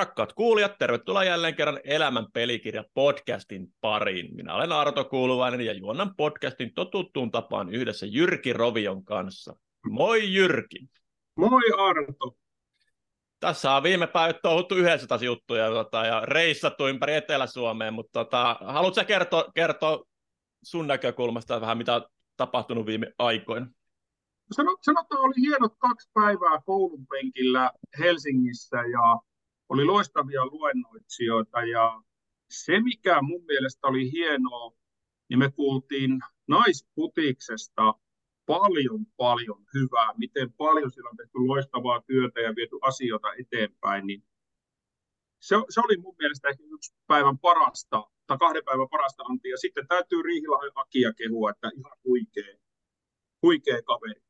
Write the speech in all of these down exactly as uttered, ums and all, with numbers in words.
Rakkaat kuulijat, tervetuloa jälleen kerran Elämän pelikirja podcastin pariin. Minä olen Arto Kuuluvainen ja juonnan podcastin totuttuun tapaan yhdessä Jyrki Rovion kanssa. Moi Jyrki! Moi Arto! Tässä on viime päivät touhuttu yhdessä taas juttuja tota, ja reissattu ympäri Etelä-Suomeen, mutta tota, haluatko kertoa, kertoa sun näkökulmasta vähän, mitä on tapahtunut viime aikoina? Sanotaan, oli hienot kaksi päivää koulun penkillä Helsingissä ja oli loistavia luennoitsijoita. Ja se, mikä mun mielestä oli hienoa, niin me kuultiin naisputiksesta paljon, paljon hyvää. Miten paljon siellä on tehty loistavaa työtä ja viety asioita eteenpäin. Niin se, se oli mun mielestä ehkä yksi päivän parasta, tai kahden päivän parasta antia. Ja sitten täytyy Riihilahden Akia kehua, että ihan huikea, huikea kaveri.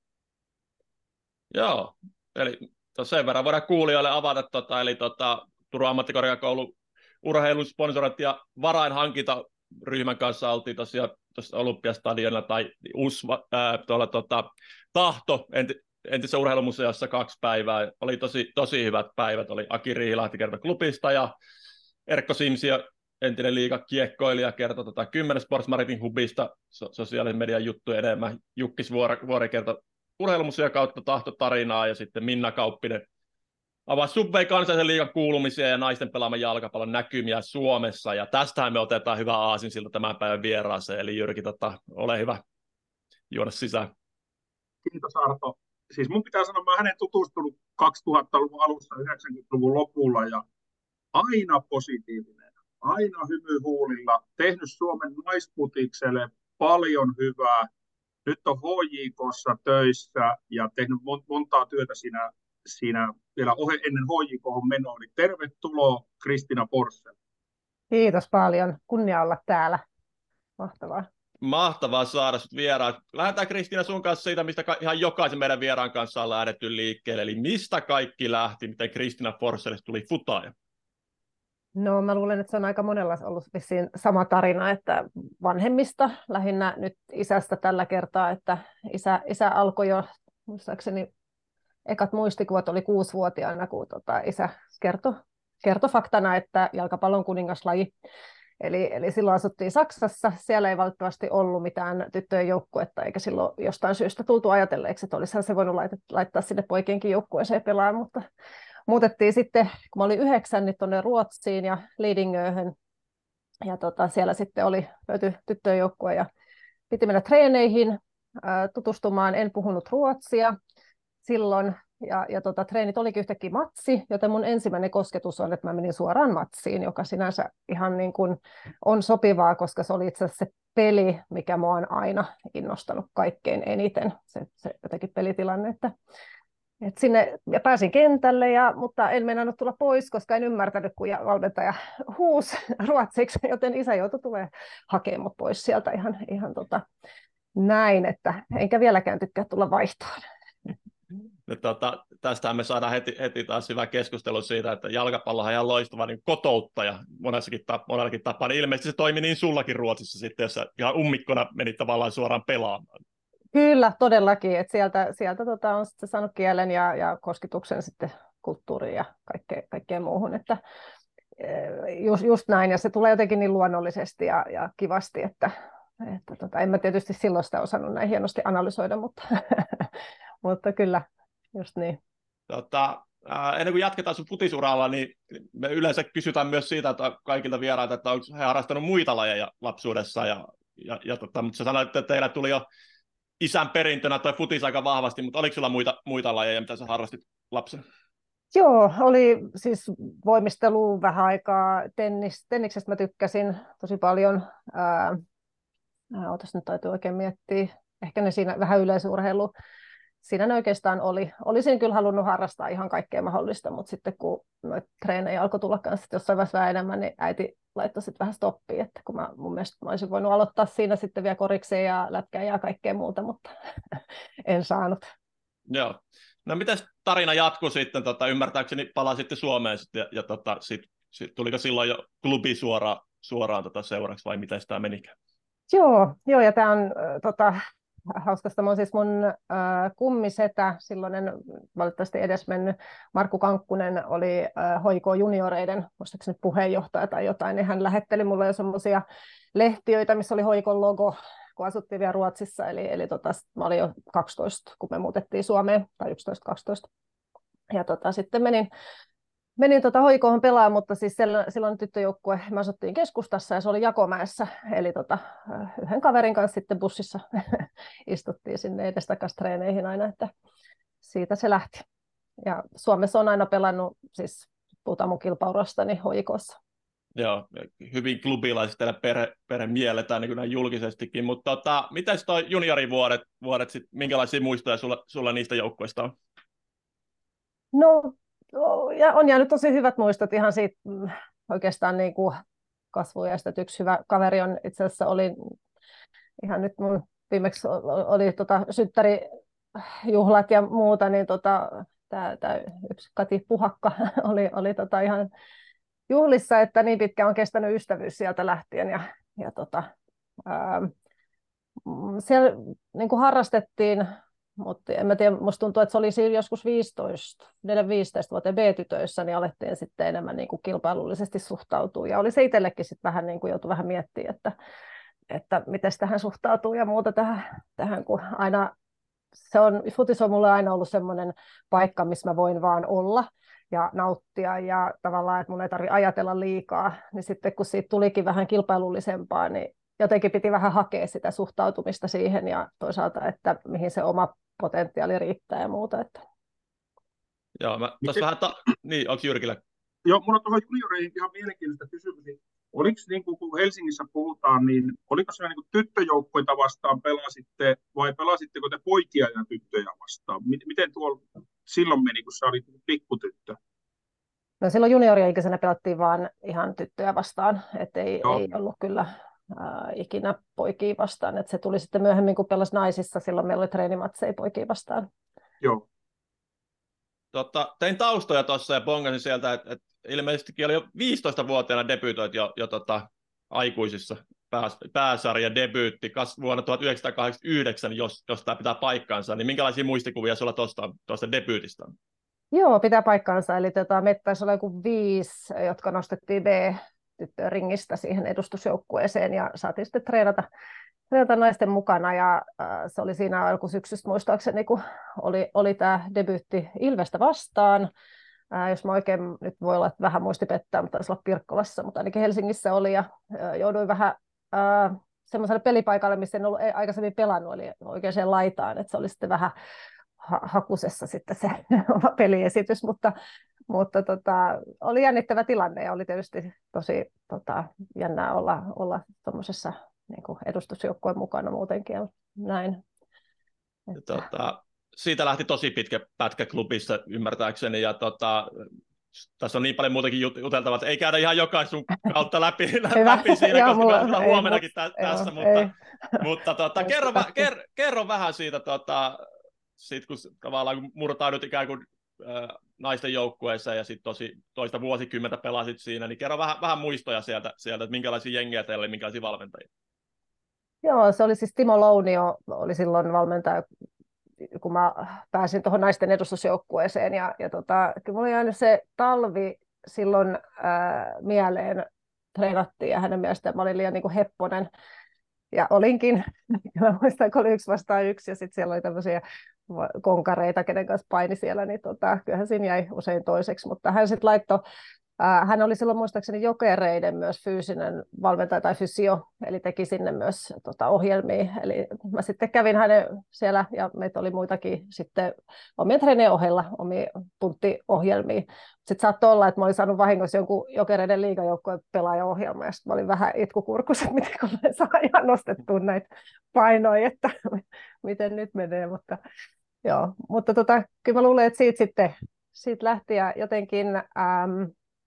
Joo, eli sen verran voidaan kuulijoille avata, tota, eli tota, Turun ammattikorkeakoulun urheilun sponsorointi ja varainhankintaryhmän kanssa oltiin tosiaan tuossa Olympiastadionilla tai U S V, ää, tuolla tota, Tahto enti, entisessä urheilumuseossa kaksi päivää. Oli tosi, tosi hyvät päivät, oli Aki Riihilahti kertoi klubista ja Erkko Simsia, entinen liigakiekkoilija, kertoi tota, kymmenen Sports Maritin hubista, so, sosiaalisen median juttuja enemmän. Jukkis Vuori, Vuori kertoi urheilumuseon kautta tahtotarinaa ja sitten Minna Kauppinen avasi Subway kansallisen liigan kuulumisia ja naisten pelaaman jalkapallon näkymiä Suomessa. Ja tästähän me otetaan hyvä aasinsilta tämän päivän vieraaseen. Eli Jyrki, tota, ole hyvä, juoda sisään. Kiitos Arto. Siis mun pitää sanoa, mä hänen tutustunut kaksituhattaluvun alussa, yhdeksänkymmentäluvun lopulla ja aina positiivinen, aina hymy huulilla, tehnyt Suomen naisputikselle paljon hyvää. Nyt on H J K:ssa töissä ja tehnyt montaa työtä siinä, siinä vielä ohe ennen H J K:hon menoa. Niin tervetuloa Kristiina Porssell. Kiitos paljon. Kunnia olla täällä. Mahtavaa. Mahtavaa saada sut vieraan. Lähdetään Kristiina sun kanssa siitä, mistä ihan jokaisen meidän vieraan kanssa on lähdetty liikkeelle. Eli mistä kaikki lähti, miten Kristiina Porssellista tuli futaaja? No mä luulen, että se on aika monella ollut vissiin sama tarina, että vanhemmista, lähinnä nyt isästä tällä kertaa, että isä, isä alkoi jo, muistaakseni ekat muistikuvat oli kuusivuotiaana, kun tota isä kertoi, kertoi faktana, että jalkapallo on kuningaslaji. Eli, eli silloin asuttiin Saksassa, siellä ei valitettavasti ollut mitään tyttöjen joukkuetta, eikä silloin jostain syystä tultu ajatelleeksi, että olisihan se voinut laittaa sinne poikienkin joukkueeseen pelaamaan, mutta muutettiin sitten, kun mä olin yhdeksän, niin tuonne Ruotsiin ja Lidingöhön, ja tota, siellä sitten oli, löytyi tyttöjen joukkue, ja piti mennä treeneihin ää, tutustumaan, en puhunut ruotsia silloin, ja, ja tota, treenit olikin yhtäkkiä matsi, joten mun ensimmäinen kosketus on, että mä menin suoraan matsiin, joka sinänsä ihan niin kuin on sopivaa, koska se oli itse asiassa se peli, mikä mua on aina innostanut kaikkein eniten, se, se jotenkin pelitilanne, että Et sinne, ja pääsin kentälle, ja, mutta en meinannut tulla pois, koska en ymmärtänyt, kun valmentaja huusi ruotsiksi, joten isä joutui tulemaan hakemaan mut pois sieltä ihan, ihan tota, näin, että enkä vieläkään tykkää tulla vaihtoon. No, tota, tästähän me saadaan heti, heti taas hyvä keskustelu siitä, että jalkapallohan on ihan loistava niin kotouttaja monessakin tap, monellakin tapaa. Niin ilmeisesti se toimi niin sullakin Ruotsissa sitten, jos sä ihan ummikkona menit tavallaan suoraan pelaamaan. Kyllä, todellakin. Että sieltä sieltä tota, on sitten saanut kielen ja, ja kosketuksen sitten kulttuuriin ja kaikkeen, kaikkeen muuhun. Että, just, just näin, ja se tulee jotenkin niin luonnollisesti ja, ja kivasti, että, että tota, en mä tietysti silloin sitä osannut näin hienosti analysoida, mutta, mutta kyllä, just niin. Tota, äh, ennen kuin jatketaan sun futisuralla, niin me yleensä kysytään myös siitä, että kaikilta vierailta, että onko he harrastanut muita lajeja lapsuudessa, ja, ja, ja tota, mutta sä sanoit, että teillä tuli jo isän perintönä toi futis aika vahvasti, mutta oliko sulla muita, muita lajeja, mitä sä harrastit lapsena? Joo, oli siis voimistelu vähän aikaa, tennis, tenniksestä mä tykkäsin tosi paljon. Ää, ootas nyt täytyy oikein miettiä, ehkä ne siinä vähän yleisurheilu. Siinä ne oikeastaan oli. Olisin kyllä halunnut harrastaa ihan kaikkea mahdollista, mutta sitten kun noita treenejä alkoi tulla kanssa jossain vaiheessa vähän enemmän, niin äiti laittoi sitten vähän stoppia, että kun mä, mun mielestä mä olisin voinut aloittaa siinä sitten vielä korikseen ja lätkää ja kaikkea muuta, mutta en saanut. Joo. No mitäs tarina jatkui sitten, tota, ymmärtääkseni palasitte Suomeen sitten, ja, ja tota, sit, sit, tuliko silloin jo klubi suoraan, suoraan tota seuraksi vai miten tämä menikään? Joo, joo, ja tämä on, tota, hauskasta. Mä oon siis mun äh, kummisetä, silloinen valitettavasti edesmennyt Markku Kankkunen oli äh, H I K-junioreiden muistaakseni puheenjohtaja tai jotain, niin hän lähetteli mulle jo semmoisia lehtiöitä, missä oli H I K:n logo, kun asuttiin vielä Ruotsissa, eli, eli tota, mä olin jo kaksitoista, kun me muutettiin Suomeen, tai yksitoista kaksitoista. Ja tota, sitten menin Menin tuota hoikoon pelaamaan, mutta siis silloin tyttöjoukkue me asuttiin keskustassa ja se oli Jakomäessä. Eli tota, yhden kaverin kanssa sitten bussissa istuttiin sinne edestakaisin treeneihin aina, että siitä se lähti. Ja Suomessa on aina pelannut, siis puhutaan mun kilpaurasta, niin hoikossa. Joo, hyvin klubilaiset teillä perhe, perhe mielletään niin näin julkisestikin, mutta tota, mitäs toi juniorivuodet, vuodet sit, minkälaisia muistoja sulla, sulla niistä joukkueista on? No, ja on jäänyt tosi hyvät muistot ihan siitä oikeastaan niin kuin kasvuiästä, että yksi hyvä kaveri on itse asiassa oli ihan nyt mun viimeksi oli tota, synttärijuhlat ja muuta, niin tota, tämä yksi Kati Puhakka oli, oli tota ihan juhlissa, että niin pitkä on kestänyt ystävyys sieltä lähtien ja, ja tota, ää, siellä niin kuin harrastettiin. Mutta en mä tiedä, musta tuntuu, että se oli siinä joskus viisitoista, neljätoista viisitoista vuoteen B-tytöissä, niin alettiin sitten enemmän niin kuin kilpailullisesti suhtautua. Ja oli se itsellekin sitten vähän niin kuin joutui vähän miettimään, että, että miten tähän suhtautuu ja muuta tähän, tähän kun aina, se on, futis on mulle aina ollut semmoinen paikka, missä mä voin vaan olla ja nauttia ja tavallaan, että mun ei tarvitse ajatella liikaa. Niin sitten kun siitä tulikin vähän kilpailullisempaa, niin jotenkin piti vähän hakea sitä suhtautumista siihen ja toisaalta, että mihin se oma potentiaali riittää ja muuta. Että. Joo, mä tuossa vähän, ta- niin, onko Jyrkillä? Joo, mulla on tuohon junioreihin ihan mielenkiintoista kysymys. Oliko, niin kuin, kun Helsingissä puhutaan, niin oliko se niin kuin tyttöjoukkoita vastaan pelasitte vai pelasitteko te poikia ja tyttöjä vastaan? Miten tuolla silloin meni, kun sä olit pikkutyttö? No silloin juniori-ikäisenä pelattiin vaan ihan tyttöjä vastaan, että ei, ei ollut kyllä ää, ikinä poikia vastaan. Et se tuli sitten myöhemmin, kun pelasi naisissa, silloin meillä oli treenimatseja poikia vastaan. Joo. Totta, tein taustoja tuossa ja bongasin sieltä, että, että ilmeisestikin oli jo viisitoistavuotiaana debyytoit jo, jo tota, aikuisissa pääs, pääsarja debyytti vuonna tuhatyhdeksänsataakahdeksankymmentäyhdeksän, jos, jos tämä pitää paikkaansa, niin minkälaisia muistikuvia sulla tuosta debyytistä on? Joo, pitää paikkaansa. Eli tota, meitä taisi olla joku viisi, jotka nostettiin B-tyttöön ringistä siihen edustusjoukkueeseen ja saatiin sitten treenata, treenata naisten mukana. Ja äh, se oli siinä alkusyksystä muistaakseni, kun oli, oli tämä debyytti Ilvestä vastaan. Äh, jos mä oikein, nyt voi olla, että vähän muisti pettää, mutta taisi olla Pirkkolassa, mutta ainakin Helsingissä oli ja äh, jouduin vähän äh, semmoiselle pelipaikalle, missä en ollut aikaisemmin pelannut, eli oikeaan laitaan, että se oli sitten vähän hakusessa sitten se oma peliesitys, mutta, mutta tota, oli jännittävä tilanne ja oli tietysti tosi tota, jännää olla, olla tuommoisessa niin kuin edustusjoukkueen mukana muutenkin ja näin. Että... Tota, siitä lähti tosi pitkä pätkä klubissa ymmärtääkseni ja tota, tässä on niin paljon muutakin juteltavaa, että ei käydä ihan jokaisen kautta läpi, läpi siinä, joo, koska mulla, mulla huomenakin ei, tä, tässä, joo, mutta, mutta tota, kerro, ker, kerro vähän siitä, tota, sit, kun tavallaan kun murtaudut ikään kuin äh, naisten joukkueessa ja sitten tosi toista vuosikymmentä pelasit siinä, niin kerro vähän, vähän muistoja sieltä, sieltä, että minkälaisia jengejä teillä oli, minkälaisia valmentajia. Joo, se oli siis Timo Lounio, oli silloin valmentaja, kun mä pääsin tuohon naisten edustusjoukkueeseen ja, ja tota, kyllä mulla oli jäänyt se talvi silloin ää, mieleen, treenattiin ja hänen mielestään mä olin liian niin kuin hepponen ja olinkin, mä muistan, kun oli yksi vastaan yksi ja sitten siellä oli tämmöisiä konkareita, kenen kanssa paini siellä, niin tota, kyllähän siinä jäi usein toiseksi, mutta hän sitten laittoi, ää, hän oli silloin muistaakseni Jokereiden myös fyysinen valmentaja tai fysio, eli teki sinne myös tota, ohjelmia, eli mä sitten kävin hänen siellä, ja meitä oli muitakin sitten omien treenien ohella, omia punttiohjelmia. Sitten saattoi olla, että mä olin saanut vahingossa jonkun Jokereiden liigajoukkojen pelaajaohjelma, ja sitten mä olin vähän itkukurkussa, miten kun me saa ihan nostettua näitä painoja, että miten nyt menee, mutta joo, mutta tota, kyllä mä luulen, että siitä sitten siitä lähti ja jotenkin äm,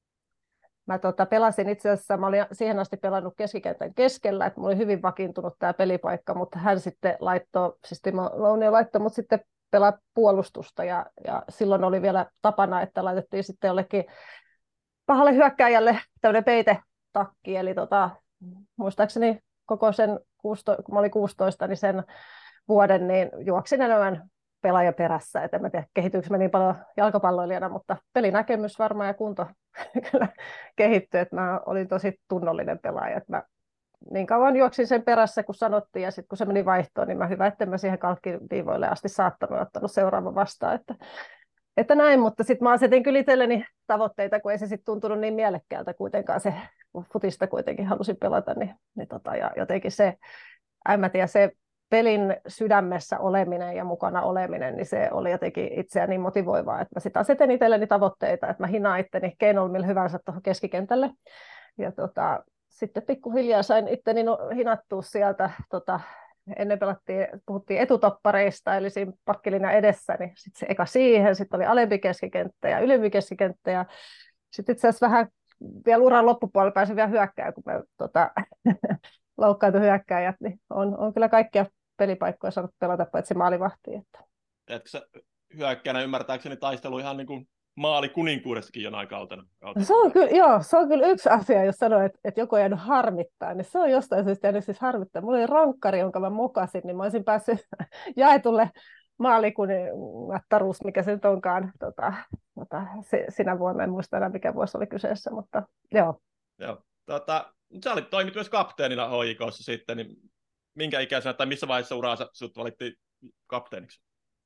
mä tota, pelasin itse asiassa, mä olin siihen asti pelannut keskikentän keskellä, että mulla oli hyvin vakiintunut tämä pelipaikka, mutta hän sitten laittoi, siis Timo Lounio laittoi mut sitten pelaa puolustusta ja, ja silloin oli vielä tapana, että laitettiin sitten jollekin pahalle hyökkääjälle tämmöinen peitetakki, eli tota, muistaakseni koko sen, kuusitoista, kun mä olin kuusitoista, niin sen vuoden, niin juoksin enemmän pelaajan perässä. Et en mä tiedä, kehittyykö mä niin paljon jalkapalloilijana, mutta pelinäkemys varmaan ja kunto kyllä kehittyi, että mä olin tosi tunnollinen pelaaja. Että mä niin kauan juoksin sen perässä, kun sanottiin, ja sitten kun se meni vaihtoon, niin mä hyvä, että mä siihen kalkkiviivoille asti saattanut ottanut seuraava vastaan. Että, että näin, mutta sitten mä asetin kyllä itselleni tavoitteita, kun ei se sitten tuntunut niin mielekkäältä kuitenkaan se, kun futista kuitenkin halusin pelata, niin, niin tota, ja jotenkin se, en mä tiedä, se pelin sydämessä oleminen ja mukana oleminen, niin se oli jotenkin itseäni niin motivoivaa, että mä sitten asetin itselleni tavoitteita, että mä hinaan itteni keinoilla millä hyvänsä tuohon keskikentälle. Ja tota, sitten pikkuhiljaa sain itteni no, hinattua sieltä, tota, ennen pelattiin, puhuttiin etutoppareista, eli siinä pakkilinjan edessä, niin sitten se eka siihen, sitten oli alempi keskikenttä ja ylempi keskikenttä, ja sitten itse asiassa vähän vielä uran loppupuolella pääsin vielä hyökkäämään, kun me tota, loukkaantui hyökkääjät, niin on, on kyllä kaikkia pelipaikkoja saanut pelata, paitsi maalivahtiin. Että. Teetkö sä hyökkäänä ymmärtääkseni taistelu ihan niin kuin maali kuninkuudestakin jonain kautena? No se on kyllä, joo, se on kyllä yksi asia, jos sanoo, että, että joku on jäänyt harmittaa, niin se on jostain syystä jäänyt siis harmittaa. Mulla oli rankkari, jonka mä mokasin, niin mä olisin päässyt jaetulle maalikuningattaruus, mikä se nyt onkaan tota, tota, sinä vuonna, en muista enää mikä vuosi oli kyseessä, mutta joo. Joo, tota, sä olit toimit myös kapteenina H J K:ssa sitten, niin minkä ikäisenä tai missä vaiheessa uraansa sut valittiin kapteeniksi?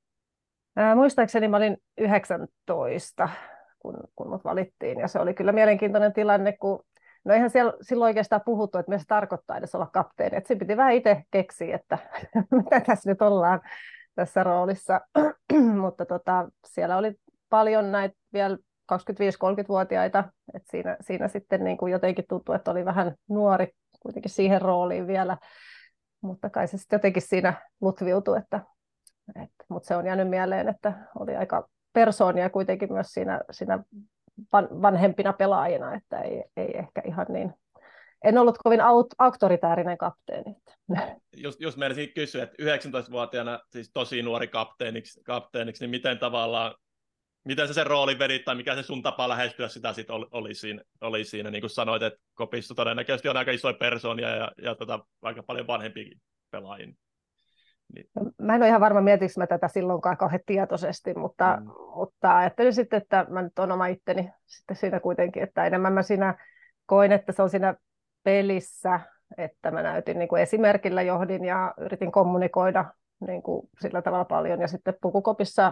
Ää, muistaakseni mä olin yhdeksäntoista, kun, kun mut valittiin, ja se oli kyllä mielenkiintoinen tilanne, kun no eihän siellä silloin oikeastaan puhuttu, että mitä se tarkoittaa edes olla kapteeni, että siinä piti vähän itse keksiä, että mitä tässä nyt ollaan tässä roolissa, mutta tota, siellä oli paljon näitä vielä kaksikymmentäviisi-kolmekymmentävuotiaita, että siinä, siinä sitten niin kuin jotenkin tuntui, että oli vähän nuori kuitenkin siihen rooliin vielä, mutta kai se sitten jotenkin siinä lutviutui, että, että, mutta se on jäänyt mieleen, että oli aika persoonia kuitenkin myös siinä, siinä vanhempina pelaajina, että ei, ei ehkä ihan niin, en ollut kovin aut- auktoritäärinen kapteeni. Just, just meinasin kysyä, että yhdeksäntoistavuotiaana siis tosi nuori kapteeniksi, kapteeniksi niin miten tavallaan miten sä sen roolin vedit, tai mikä se sun tapa lähestyä sitä sit oli, oli siinä, oli siinä, niin kuin sanoit, että kopissa todennäköisesti on aika isoja persoonia ja, ja tota, aika paljon vanhempiakin pelaajia. Niin. Mä en ole ihan varma, mietinkö mä tätä silloinkaan kauhean tietoisesti, mutta, mm. mutta ajattelin sitten, että mä nyt olen oma itteni sitten siinä kuitenkin, että enemmän mä siinä koin, että se on siinä pelissä, että mä näytin niin kuin esimerkillä johdin ja yritin kommunikoida niin kuin sillä tavalla paljon, ja sitten pukukopissa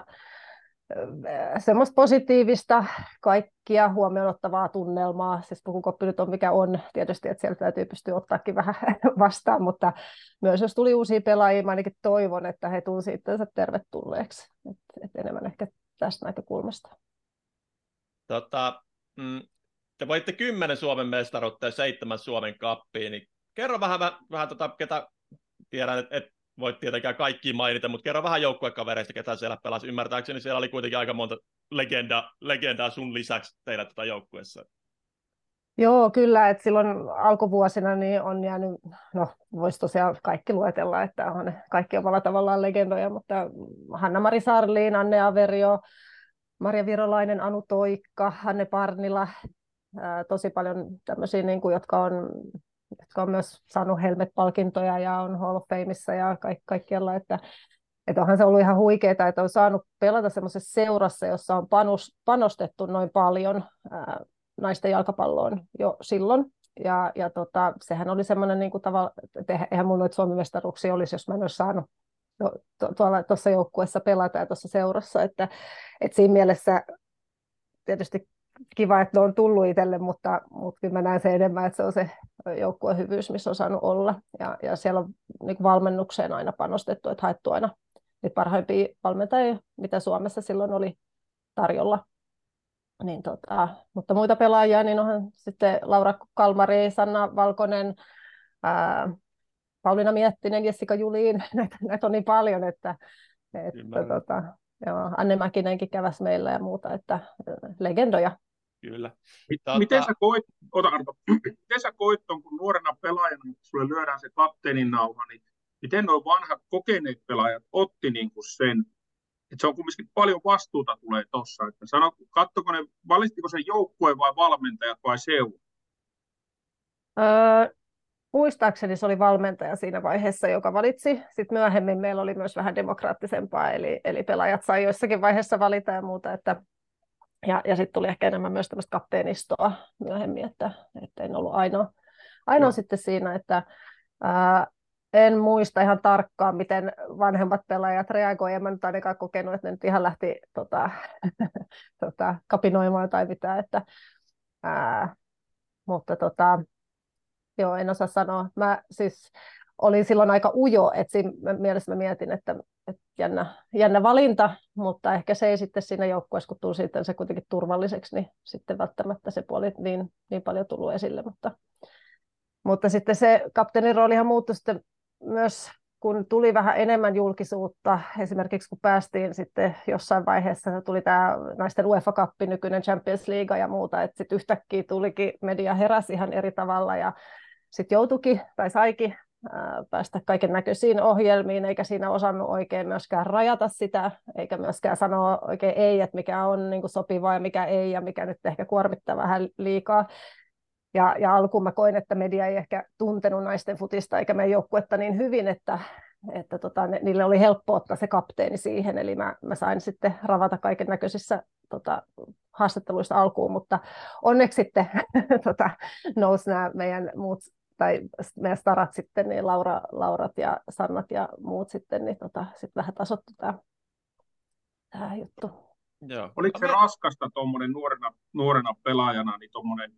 semmoista positiivista, kaikkia huomioon ottavaa tunnelmaa. Siis pukukoppi nyt on mikä on, tietysti, että sieltä täytyy pystyä ottaakin vähän vastaan, mutta myös jos tuli uusia pelaajia, mä ainakin toivon, että he tunsivat itsensä tervetulleeksi. Et, et enemmän ehkä tästä näkökulmasta. Tota, mm, te voitte kymmenen Suomen mestaruutta ja seitsemän Suomen kappia, niin kerro vähän, vähän, vähän tota, ketä tiedän, että et voit tietenkään kaikki mainita, mutta kerro vähän joukkuekavereista, ketä siellä pelasi. Ymmärtääkseni siellä oli kuitenkin aika monta legendaa, legendaa sun lisäksi teillä tätä joukkueessa. Joo, kyllä, että silloin alkuvuosina niin on jäänyt, no voisi tosiaan kaikki luetella, että on kaikki omalla tavallaan legendoja, mutta Hanna-Mari Sarliin, Anne Averio, Maria Virolainen, Anu Toikka, Hanne Parnila, ää, tosi paljon tämmöisiä, niin kuin, jotka on jotka on myös saanut Helmet-palkintoja ja on Hall of Fameissa ja kaik- kaikkialla, että, että onhan se ollut ihan huikeaa, että on saanut pelata semmoisessa seurassa, jossa on panos, panostettu noin paljon ää, naisten jalkapalloon jo silloin, ja, ja tota, sehän oli semmoinen niin kuin tavalla, että eihän mun noita Suomen mestaruuksia olisi, jos mä en olisi saanut jo, to, tuolla tuossa joukkueessa pelata ja tuossa seurassa, että, että siinä mielessä tietysti kiva, että ne on tullut itselle, mutta, mutta kyllä mä näen se enemmän, että se on se joukkueen hyvyys, missä on saanut olla. Ja, ja siellä on niin valmennukseen aina panostettu, että haettu aina niitä parhaimpia valmentajia, mitä Suomessa silloin oli tarjolla. Niin tota, mutta muita pelaajia, niin onhan sitten Laura Kalmari, Sanna Valkonen, ää, Pauliina Miettinen, Jessica Juliin, näitä, näitä on niin paljon, että, että tota, joo, Anne Mäkinenkin käväsi meillä ja muuta, että legendoja. Kyllä. Tota... Miten sä koit, ota Arto, miten sä koit ton, kun nuorena pelaajana, kun sulle lyödään se kapteenin nauha, niin miten nuo vanhat kokeneet pelaajat otti niin kuin sen, että se on kumminkin paljon vastuuta tulee tossa, että sano, kattoko ne, valistiko se joukkue vai valmentajat vai seura? Öö, muistaakseni se oli valmentaja siinä vaiheessa, joka valitsi. Sitten myöhemmin meillä oli myös vähän demokraattisempaa, eli, eli pelaajat sai joissakin vaiheessa valita ja muuta. Että, ja ja sitten tuli ehkä enemmän myös tämmöistä kapteenistoa myöhemmin, että, että en ollut ainoa, ainoa sitten siinä, että ää, en muista ihan tarkkaan, miten vanhemmat pelaajat reagoivat. En mä nyt ainakaan kokenut, että ne nyt ihan lähti tota, tota, kapinoimaan tai mitään. Että, ää, mutta tota, joo, en osaa sanoa. Mä siis olin silloin aika ujo, että siinä mielessä mä mietin, että, että jännä, jännä valinta, mutta ehkä se ei sitten siinä joukkueessa, kun tuli sitten se kuitenkin turvalliseksi, niin sitten välttämättä se puoli niin, niin paljon tullut esille. Mutta, mutta sitten se kapteenin roolihan muuttui sitten myös, kun tuli vähän enemmän julkisuutta, esimerkiksi kun päästiin sitten jossain vaiheessa, tuli tämä naisten UEFA Cup, nykyinen Champions League ja muuta, että sitten yhtäkkiä tulikin, media heräsi ihan eri tavalla ja sitten joutuikin tai saikin ää, päästä kaiken näköisiin ohjelmiin, eikä siinä osannut oikein myöskään rajata sitä, eikä myöskään sanoa oikein ei, että mikä on niin kuin sopivaa ja mikä ei, ja mikä nyt ehkä kuormittaa vähän liikaa. Ja, ja alkuun mä koin, että media ei ehkä tuntenut naisten futista eikä meidän joukkuetta niin hyvin, että, että tota, ne, niille oli helppo ottaa se kapteeni siihen, eli mä, mä sain sitten ravata kaiken näköisissä tota, haastatteluissa alkuun, mutta onneksi sitten tota, nousi nämä meidän muut, tai meidän starat sitten, niin Laura, Laurat ja Sannat ja muut sitten, niin tota, sitten vähän tasoittui tämä, tämä juttu. Joo. Oliko se raskasta tuommoinen nuorena, nuorena pelaajana, niin tuommoinen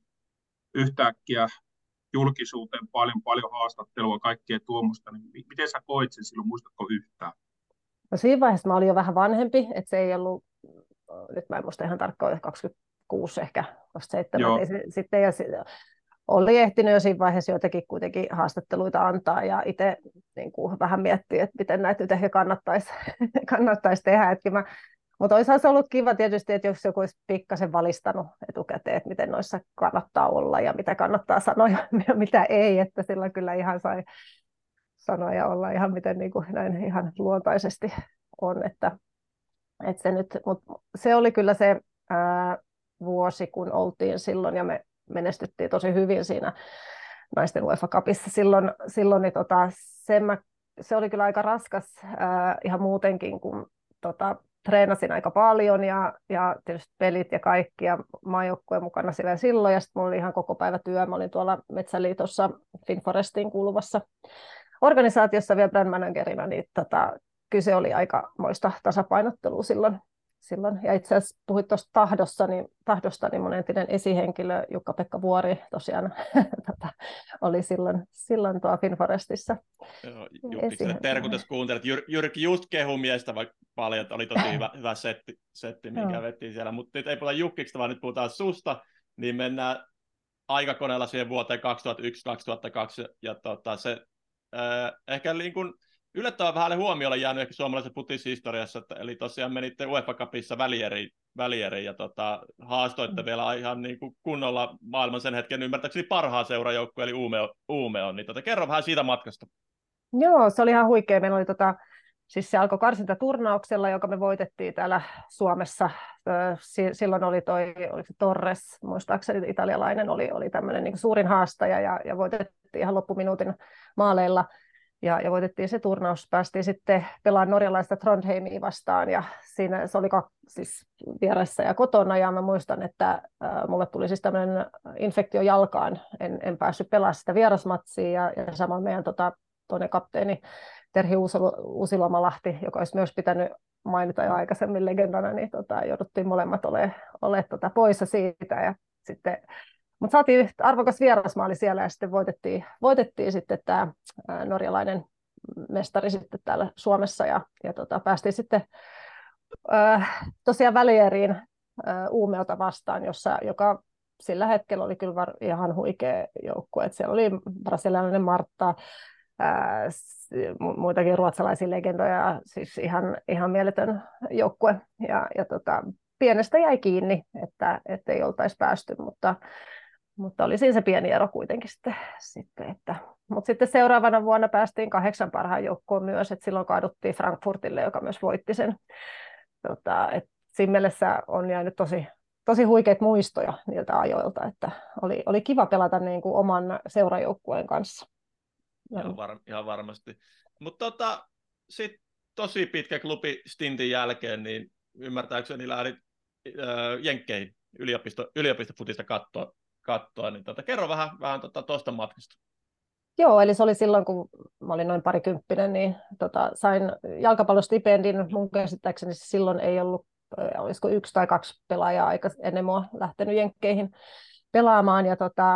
yhtäkkiä julkisuuteen paljon, paljon haastattelua, kaikkea tuommoista, niin miten sä koit sen silloin, muistatko yhtään? No siinä vaiheessa mä olin jo vähän vanhempi, että se ei ollut, nyt mä en muista ihan tarkkaan, kaksikymmentäkuusi ehkä, kaksikymmentäseitsemän, se, sitten ja oli ehtinyt jo siinä vaiheessa joitakin kuitenkin haastatteluita antaa, ja itse niin kuin vähän miettii, että miten näitä nyt ehkä kannattaisi, kannattaisi tehdä, että mä mutta olisi ollut kiva tietysti, että jos joku olisi pikkasen valistanut etukäteen, että miten noissa kannattaa olla ja mitä kannattaa sanoa ja mitä ei, että sillä kyllä ihan sai sanoa ja olla ihan miten niin kuin näin ihan luontaisesti on. Että, että se, nyt, mutta se oli kyllä se ää, vuosi, kun oltiin silloin ja me menestyttiin tosi hyvin siinä naisten UEFA Cupissa silloin, silloin niin tota, se, mä, se oli kyllä aika raskas ää, ihan muutenkin, kun tota, treenasin aika paljon ja, ja tietysti pelit ja kaikki ja maajoukkueen mukana siellä silloin. Ja sitten mulla oli ihan koko päivä työ. Mä olin tuolla Metsäliitossa Finforestiin kuuluvassa organisaatiossa vielä brand managerina, niin tota, kyse oli aika moista tasapainottelua silloin. silloin. Ja itse asiassa puhuit tuosta tahdosta, niin, tahdosta, niin mun entinen esihenkilö Jukka-Pekka Vuori tosiaan tota, oli silloin, silloin tuo Finforestissa. Joo, Jukkiselle terkut, jos kuuntelet. Jyr, Jyrki just kehui miestä vaikka paljon, että oli tosi hyvä, hyvä setti, setti minkä vettiin siellä. Mutta nyt ei puhuta Jukkista, vaan nyt puhutaan susta, niin mennään aikakoneella siihen vuoteen kaksituhattayksi kaksituhattakaksi. Ja tota, se äh, ehkä niin kuin yllättävän vähälle huomiolle jäänyt ehkä suomalaisen futishistoriassa, että, eli tosiaan menitte UEFA Cupissa välieriin, välieriin ja tota, haastoitte mm. vielä ihan niin kuin kunnolla maailman sen hetken ymmärtääkseni parhaan seurajoukkueen, eli Umeå, Umeå. Niin tota, kerro vähän siitä matkasta. Joo, se oli ihan huikea. Meillä oli tota, siis se alkoi karsintaturnauksella, joka me voitettiin täällä Suomessa. Silloin oli toi, oliko se Torres, muistaakseni italialainen, oli, oli tämmöinen niin kuin suurin haastaja ja, ja voitettiin ihan loppuminuutin maaleilla. Ja, ja voitettiin se turnaus, päästiin sitten pelaamaan norjalaista Trondheimia vastaan, ja siinä se oli kaksi, siis vieressä ja kotona, ja mä muistan, että äh, mulle tuli siis tämmöinen infektio jalkaan, en, en päässyt pelaamaan sitä vierasmatsia, ja, ja sama meidän tota, toinen kapteeni Terhi Uusilomalahti, joka olisi myös pitänyt mainita jo aikaisemmin legendana, niin tota, jouduttiin molemmat olemaan ole, tota, poissa siitä, ja sitten mutta saatiin arvokas vierasmaali siellä ja sitten voitettiin, voitettiin sitten tämä norjalainen mestari sitten täällä Suomessa ja, ja tota, päästiin sitten äh, tosiaan välieriin äh, Umeåta vastaan, jossa, joka sillä hetkellä oli kyllä var, ihan huikea joukkue. Et siellä oli brasilialainen Martta, äh, muitakin ruotsalaisia legendoja, siis ihan, ihan mieletön joukkue. Ja, ja tota, pienestä jäi kiinni, että, että ei oltaisi päästy, mutta Mutta oli siinä se pieni ero kuitenkin sitten. sitten että. Mutta sitten seuraavana vuonna päästiin kahdeksan parhaan joukkoon myös, että silloin kaaduttiin Frankfurtille, joka myös voitti sen. Tota, et siinä mielessä on jäänyt tosi, tosi huikeita muistoja niiltä ajoilta, että oli, oli kiva pelata niin kuin oman seurajoukkueen kanssa. ihan, var, ihan varmasti. Mutta tota, sitten tosi pitkä klubi stintin jälkeen, niin ymmärtääkseni lähdit äh, Jenkkeihin yliopisto, yliopistofutista kattoa, kattoa, niin tota, kerro vähän, vähän tuosta tota, matkasta. Joo, eli se oli silloin, kun mä olin noin parikymppinen, niin tota, sain jalkapallostipendin. Mun käsittääkseni silloin ei ollut, olisiko yksi tai kaksi pelaajaa aika ennen mua lähtenyt Jenkkeihin pelaamaan. Ja tota,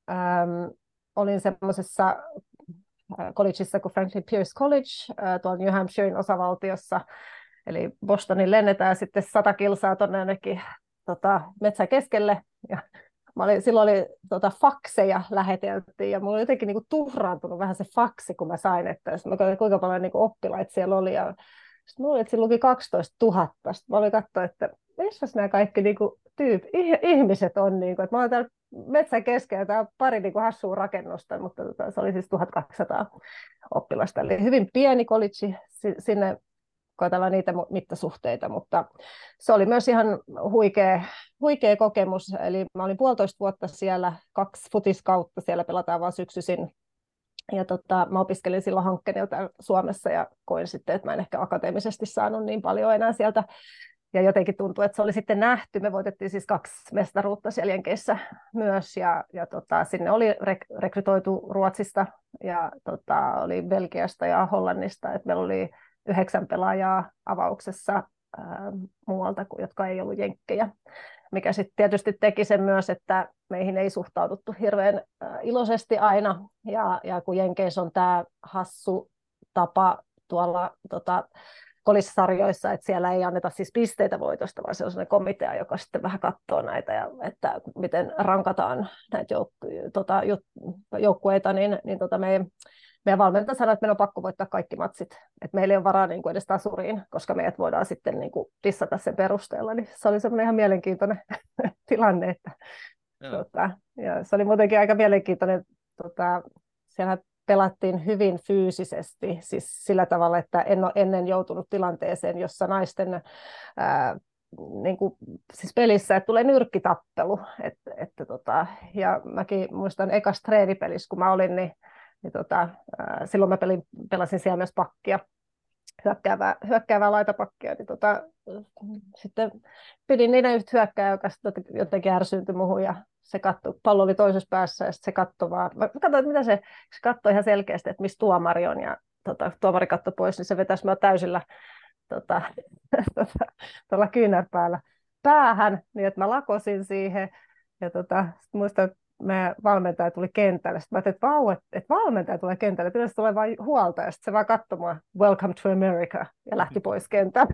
äm, olin semmoisessa collegeissa kuin Franklin Pierce College äh, tuolla New Hampshirein osavaltiossa. Eli Bostonin lennetään sitten sata kilsaa tuonne jonnekin tota, metsän keskelle. Ja mä olin, silloin oli tota, fakseja läheteltiin ja mulla oli jotenkin niinku tuhraantunut vähän se faksi, kun mä sain, että mä katsoin, kuinka paljon niinku oppilaita siellä oli. Ja sitten mulla oli, että siinä luki kaksitoistatuhatta. Sitten mä olin katsoa, että missä nämä kaikki niinku, tyyp, ihmiset on. Niinku, että mä olen täällä metsän keskellä, tää on pari niinku hassua rakennusta, mutta tota, se oli siis tuhatkaksisataa oppilasta. Eli hyvin pieni college sinne. Koetellaan niitä mittasuhteita, mutta se oli myös ihan huikea, huikea kokemus. Eli mä olin puolitoista vuotta siellä, kaksi futiskautta, siellä pelataan vaan syksyisin. Ja tota, mä opiskelin silloin hankkeen täällä Suomessa ja koin sitten, että mä en ehkä akateemisesti saanut niin paljon enää sieltä. Ja jotenkin tuntui, että se oli sitten nähty. Me voitettiin siis kaksi mestaruutta siellä Jenkeissä myös. Ja, ja tota, sinne oli rek- rekrytoitu Ruotsista ja tota, oli Belgiasta ja Hollannista. Et meillä oli yhdeksän pelaajaa avauksessa ää, muualta, jotka ei ollut jenkkejä, mikä sitten tietysti teki sen myös, että meihin ei suhtauduttu hirveän ää, iloisesti aina, ja, ja kun jenkeissä on tämä hassu tapa tuolla tota, kolissarjoissa, että siellä ei anneta siis pisteitä voitosta, vaan se on sellainen komitea, joka sitten vähän katsoo näitä, ja että miten rankataan näitä jouk- tota, joukkueita, niin, niin tota me meidän valmentaja sanoi, että meidän on pakko voittaa kaikki matsit. Että meillä ei ole varaa niin kuin edes tasuriin, koska meidät voidaan sitten niin kuin dissata sen perusteella. Niin se oli semmoinen ihan mielenkiintoinen tilanne. Että, tota, ja se oli muutenkin aika mielenkiintoinen. Tota, siellä pelattiin hyvin fyysisesti, siis sillä tavalla, että en ole ennen joutunut tilanteeseen, jossa naisten ää, niin kuin, siis pelissä, että tulee nyrkkitappelu. Et, että, tota, ja mäkin muistan ekassa treenipelissä, kun mä olin, niin Niin tota, ää, silloin mä pelin, pelasin siellä myös pakkia, hyökkäävää, hyökkäävää laitapakkia. Niin tota, sitten pidin niiden yhtä hyökkää, joka jotenkin ärsyyntyi muuhun ja se katsoi, pallo oli toisessa päässä ja se katsoi vaan. Mä katsoin, että mitä se, se katsoi ihan selkeästi, että missä tuomari on ja tota, tuomari katsoi pois, niin se vetäisi minua täysillä tota, tota, tuolla kyynärpäällä päähän, niin että mä lakosin siihen ja tota, muistan, että meidän valmentaja tuli kentälle. Sitten mä ajattelin, että vau, että valmentaja tulee kentälle. Pitäisi tulee vain huolta. Ja sitten se vaan katsoi mua, welcome to America, ja lähti pois kentältä.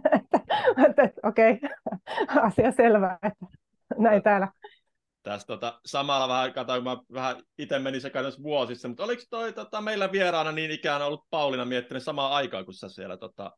Että okei, okay, asia selvä, että näin täällä. Tässä tota, samalla vähän, katsoin, mä vähän itse menin sekä tässä vuosissa, mutta oliko toi tota, meillä vieraana niin ikään ollut Pauliina miettinyt samaan aikaan, kun sä siellä... Tota...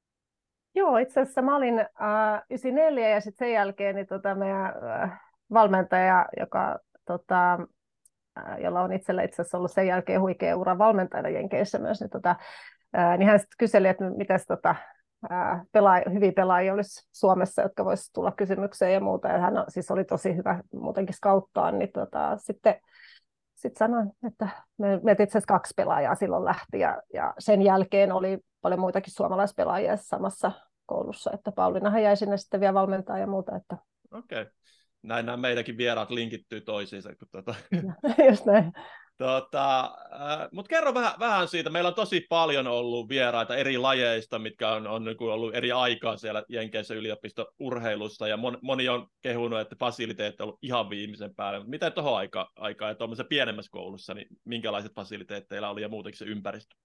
Joo, itse asiassa mä olin äh, yhdeksänkymmentäneljä ja sitten sen jälkeen niin tota, meidän äh, valmentaja, joka... Tota, jolla on itsellä itse asiassa ollut sen jälkeen huikea ura valmentajana Jenkeissä myös, niin, tota, ää, niin hän sitten kyseli, että miten tota, pelaaja, hyviä pelaajia olisi Suomessa, jotka voisivat tulla kysymykseen ja muuta. Ja hän siis oli tosi hyvä muutenkin skauttaa, niin tota, sitten sit sanoin, että me, me itse asiassa kaksi pelaajaa silloin lähti ja, ja sen jälkeen oli paljon muitakin suomalaispelaajia samassa koulussa, että Pauliinahan jäi sinne sitten vielä valmentaa ja muuta. Että... Okei. Okay. Näin nämä meidänkin vieraat linkittyy toisiinsa. Kun tuota... Just näin. Tota, äh, mutta kerro vähän, vähän siitä. Meillä on tosi paljon ollut vieraita eri lajeista, mitkä on, on niin kuin ollut eri aikaa siellä Jenkeissä yliopisto-urheilussa, ja mon, moni on kehunut, että fasiliteetti on ollut ihan viimeisen päälle. Miten tuohon aika, aikaan, että tuollaisessa pienemmässä koulussa, niin minkälaiset fasiliteetteilla oli ja muutenkin se ympäristö?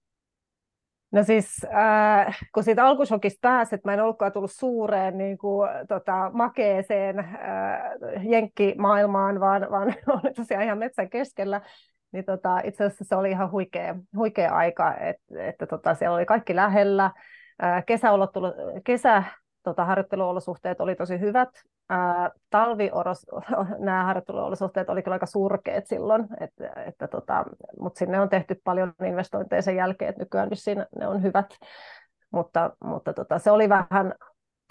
No siis, äh, kun siitä alkushokista pääsi, että mä en ollutkaan tullut suureen niin kuin, tota, makeeseen äh, jenkkimaailmaan, vaan, vaan oli tosiaan ihan metsän keskellä, niin tota, itse asiassa se oli ihan huikea, huikea aika, että, että tota, siellä oli kaikki lähellä. Äh, kesä, tota, harjoitteluolosuhteet oli tosi hyvät. Äh, talvioros, nämä harjoitteluolosuhteet oli kyllä aika surkeat silloin, että, että tota, mutta sinne on tehty paljon investointeja sen jälkeen, että nykyään ne on hyvät, mutta, mutta tota, se oli vähän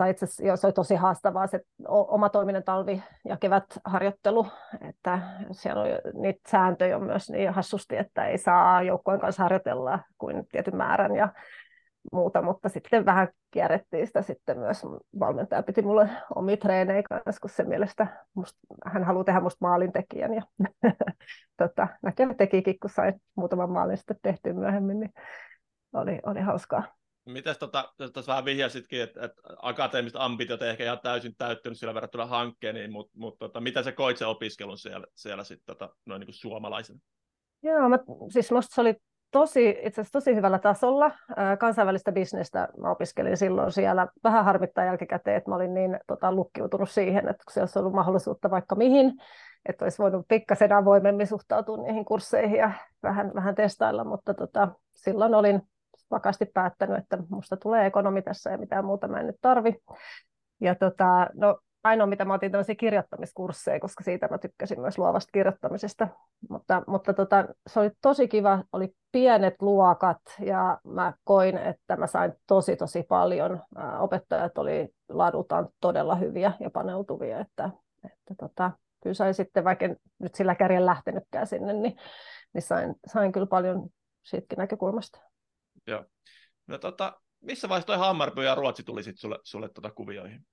tai itse asiassa se oli tosi haastavaa se omatoiminen talvi- ja kevätharjoittelu, että siellä on niitä sääntöjä on myös niin hassusti, että ei saa joukkueen kanssa harjoitella kuin tietyn määrän ja muuta, mutta sitten vähän kierrettiin sitä sitten myös. Valmentaja piti mulle omia treenejä kanssa, kun se mielestä musta, hän haluaa tehdä musta maalintekijän ja tota, näköjään tekikin, kun sai muutaman maalin sitten tehtyä myöhemmin, niin oli, oli hauskaa. Mites tota, tässä vähän vihjasitkin, että, että akateemiset ambitiot ei ehkä ihan täysin täyttynyt sillä verrattuna hankkeen, mutta mut, tota, miten sä koit sen opiskelun siellä, siellä sitten tota, noin niin kuin suomalaisena? Joo, mä, siis musta se oli tosi, itse asiassa tosi hyvällä tasolla. Kansainvälistä bisnestä mä opiskelin silloin siellä. Vähän harmittaa jälkikäteen, että mä olin niin tota, lukkiutunut siihen, että se olisi ollut mahdollisuutta vaikka mihin, että olisi voinut pikkasen avoimemmin suhtautua niihin kursseihin ja vähän, vähän testailla, mutta tota, silloin olin vakaasti päättänyt, että musta tulee ekonomi tässä ja mitään muuta mä en nyt tarvi. Ja tota, no, ainoa, mitä mä otin tämmöisiä kirjoittamiskursseja, koska siitä mä tykkäsin myös luovasta kirjoittamisesta. Mutta, mutta tota, se oli tosi kiva, oli pienet luokat ja mä koin, että mä sain tosi tosi paljon. Opettajat oli laadultaan todella hyviä ja paneutuvia, että, että tota, kyllä sain sitten, vaikka en nyt sillä kärjen lähtenytkään sinne, niin, niin sain, sain kyllä paljon siitäkin näkökulmasta. Joo. No tota, missä vaiheessa toi Hammarby ja Ruotsi tuli sitten sulle, sulle tota kuvioihin?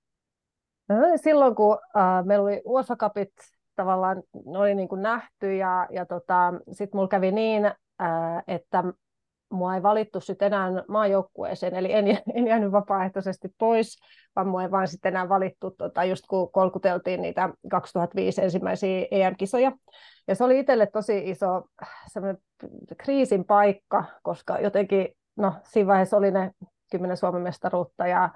Silloin kun äh, meillä oli UEFA Cupit tavallaan, ne oli niin kuin nähty ja, ja tota, sitten mulla kävi niin, äh, että mua ei valittu sitten enää maajoukkueeseen, eli en, en jäänyt vapaaehtoisesti pois, vaan mua ei vaan sitten enää valittu, tota, just kun kolkuteltiin niitä kaksituhattaviisi ensimmäisiä E M-kisoja. Ja se oli itselle tosi iso semmoinen kriisin paikka, koska jotenkin, no siinä vaiheessa oli ne kymmenen Suomen mestaruutta ja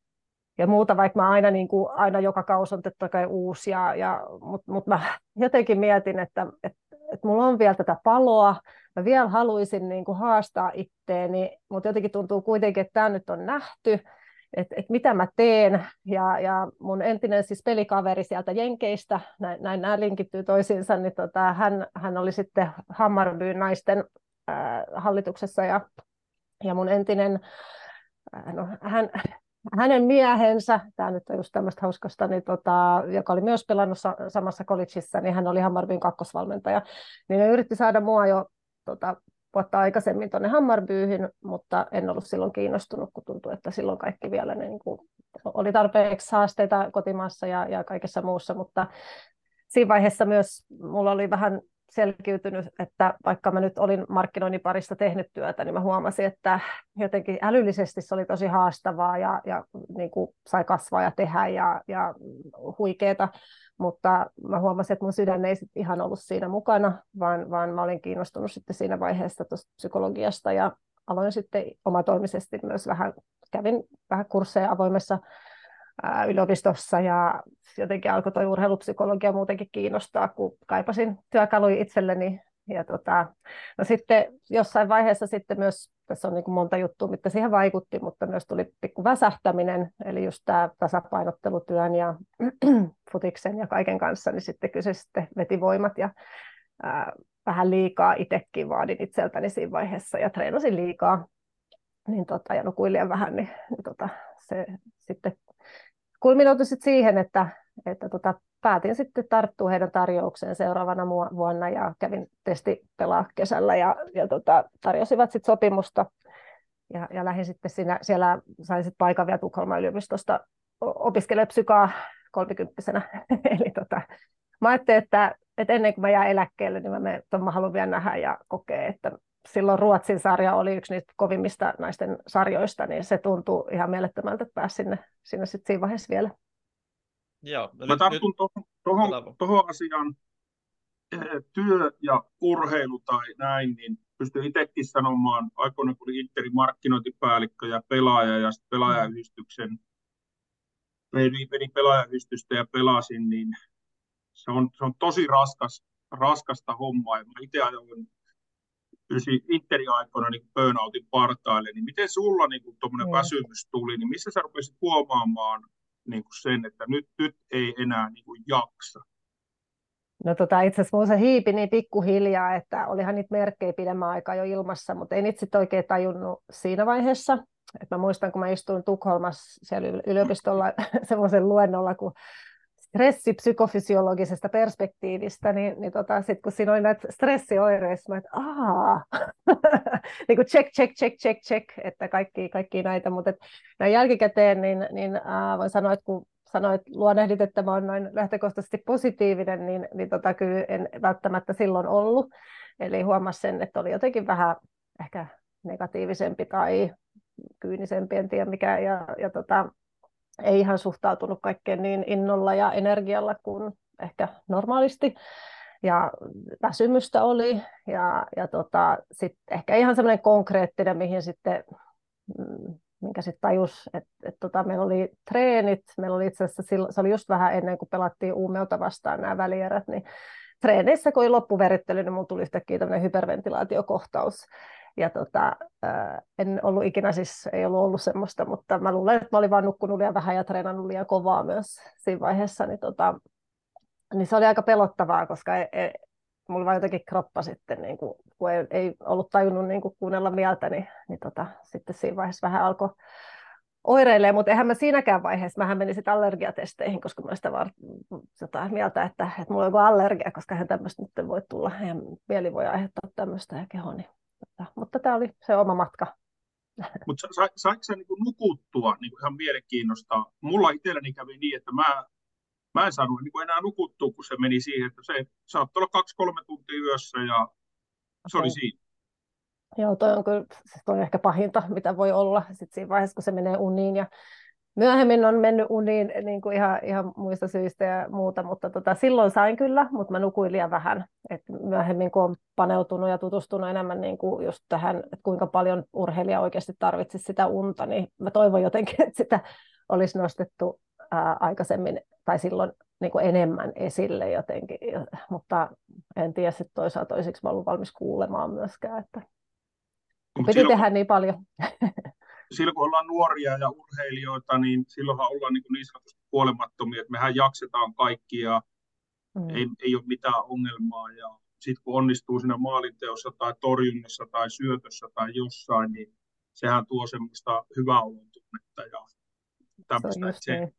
Ja muuta, vaikka mä aina, niin kuin, aina joka kausi on totta kai uusi, ja, ja, mutta mut mä jotenkin mietin, että et, et mulla on vielä tätä paloa, mä vielä haluaisin niin kuin haastaa itteeni, mutta jotenkin tuntuu kuitenkin, että tämä nyt on nähty, että et mitä mä teen, ja, ja mun entinen siis pelikaveri sieltä Jenkeistä, näin, näin nämä linkittyy toisiinsa, niin tota, hän, hän oli sitten Hammarbyn naisten äh, hallituksessa, ja, ja mun entinen, äh, no hän... Hänen miehensä, tämä nyt on just tämmöistä hauskasta, niin tota, joka oli myös pelannut sa- samassa collegeissa, niin hän oli Hammarbyn kakkosvalmentaja. Niin ne yritti saada mua jo tota, vuotta aikaisemmin tuonne Hammarbyyhin, mutta en ollut silloin kiinnostunut, kun tuntui, että silloin kaikki vielä ne, niin kuin, oli tarpeeksi haasteita kotimaassa ja, ja kaikessa muussa, mutta siinä vaiheessa myös mulla oli vähän selkiytynyt, että vaikka mä nyt olin markkinoinnin parissa tehnyt työtä, niin mä huomasin, että jotenkin älyllisesti se oli tosi haastavaa ja, ja niin kuin sai kasvaa ja tehdä ja, ja huikeeta, mutta mä huomasin, että mun sydän ei sit ihan ollut siinä mukana, vaan, vaan mä olin kiinnostunut sitten siinä vaiheessa tuosta psykologiasta ja aloin sitten omatoimisesti myös vähän, kävin vähän kursseja avoimessa yliopistossa ja jotenkin alkoi tuo urheilupsykologia muutenkin kiinnostaa, kun kaipasin työkaluja itselleni. Ja tota, no sitten jossain vaiheessa sitten myös, tässä on niin kuin monta juttua, mitä siihen vaikutti, mutta myös tuli pikku väsähtäminen, eli just tämä tasapainottelutyön ja futiksen ja kaiken kanssa, niin sitten kyllä se sitten veti voimat ja ää, vähän liikaa itsekin vaadin itseltäni siinä vaiheessa ja treenasin liikaa niin tota, ja nukuin liian vähän, niin, niin tota, se sitten kulminoitui sitten siihen, että, että tota, päätin sitten tarttua heidän tarjoukseen seuraavana vuonna ja kävin testipelaa kesällä ja, ja tota, tarjosivat sitten sopimusta ja, ja lähdin sitten siinä, siellä sain sitten paikan vielä Tukholman yliopistosta opiskelemaan psykaa kolmikymppisenä. Eli tota, mä ajattelin, että, että ennen kuin mä jään eläkkeelle, niin mä, menen, mä haluan vielä nähdä ja kokea, että silloin Ruotsin sarja oli yksi niistä kovimmista naisten sarjoista, niin se tuntuu ihan mielettömältä, että pääsi sinne, sinne sitten siinä vaiheessa vielä. Joo, no Mä nyt, tartun tuohon, tuohon asiaan, työ ja urheilu tai näin, niin pystyn itsekin sanomaan, aikoina kun olin Interin markkinointipäällikkö ja pelaaja ja sitten pelaajayhdistyksen, menin pelaajayhdistystä ja pelasin, niin se on, se on tosi raskas, raskasta hommaa. Ja mä itse ajoin Interin aikoina niin burnoutin partaille, niin miten sulla niin tuommoinen mm. väsymys tuli, niin missä sä rupesit huomaamaan niin kuin sen, että nyt, nyt ei enää niin kuin jaksa? No tota, itse asiassa se hiipi niin pikkuhiljaa, että olihan niitä merkkejä pidemmän aikaa jo ilmassa, mutta en itse oikein tajunnut siinä vaiheessa. Et mä muistan, kun mä istuin Tukholmassa siellä yliopistolla semmoisen luennolla, kun stressi psykofysiologisesta perspektiivistä, niin, niin tota, sitten kun siinä oli näitä stressioireissa, mä että aah, niin kuin check, check, check, check, check, että kaikki, kaikki näitä, mutta näin jälkikäteen, niin, niin äh, voin sanoa, että kun sanoit, luonnehdit, että mä oon noin lähtökohtaisesti positiivinen, niin, niin tota, kyllä en välttämättä silloin ollut, eli huomasin sen, että oli jotenkin vähän ehkä negatiivisempi tai kyynisempi, en tiedä mikä, ja, ja tota, ei ihan suhtautunut kaikkeen niin innolla ja energialla kuin ehkä normaalisti. Ja väsymystä oli, ja, ja tota, sitten ehkä ihan semmoinen konkreettinen, mihin sitten, minkä sitten tajus, että et tota, meillä oli treenit, meillä oli itse asiassa, silloin, se oli just vähän ennen kuin pelattiin Uumelta vastaan nämä välierät, niin treeneissä, kun oli loppuverittely, niin minulla tuli yhtäkkiä tämmöinen hyperventilaatiokohtaus. Ja tota, en ollut ikinä, siis ei ollut ollut semmoista, mutta mä luulen, että mä olin vaan nukkunut liian vähän ja treenannut liian kovaa myös siinä vaiheessa, niin, tota, niin se oli aika pelottavaa, koska ei, ei, mulla vaan jotenkin kroppa sitten, niin kuin, kun ei, ei ollut tajunnut niin kuin kuunnella mieltä, niin, niin tota, sitten siinä vaiheessa vähän alkoi oireilee, mutta eihän mä siinäkään vaiheessa, mähän menin sitten allergiatesteihin, koska mä sitä vaan jotain mieltä, että, että mulla on joku allergia, koska eihän tämmöistä nyt voi tulla, eihän mieli voi aiheuttaa tämmöistä ja keho, niin mutta tämä oli se oma matka. Mutta sa, saiko sä niinku nukuttua niinku ihan mielenkiinnosta? Mulla itselläni kävi niin, että mä, mä en saanut niinku enää nukuttua, kun se meni siihen, että se saattoi olla kaksi kolme tuntia yössä ja se okay. oli siinä. Joo, toi on kyllä toi on ehkä pahinta, mitä voi olla sit siinä vaiheessa, kun se menee uniin. Ja myöhemmin on mennyt uniin niin kuin ihan, ihan muista syistä ja muuta, mutta tota, silloin sain kyllä, mutta mä nukuin liian vähän. Et myöhemmin, kun on paneutunut ja tutustunut enemmän niin kuin just tähän, että kuinka paljon urheilija oikeasti tarvitsisi sitä unta, niin mä toivon jotenkin, että sitä olisi nostettu ää, aikaisemmin tai silloin niin kuin enemmän esille jotenkin. Mutta en tiedä sitten toisaalta, olisiko mä ollut valmis kuulemaan myöskään, että kun piti silloin, tehdä niin paljon. Silloin kun ollaan nuoria ja urheilijoita, niin silloinhan ollaan niin, niin sanotusti kuolemattomia, että mehän jaksetaan kaikki ja mm. ei, ei ole mitään ongelmaa. Ja sitten kun onnistuu siinä maalinteossa tai torjunnassa tai syötössä tai jossain, niin sehän tuo semmoista hyvää olon tunnetta ja tämmöistä. Se, se,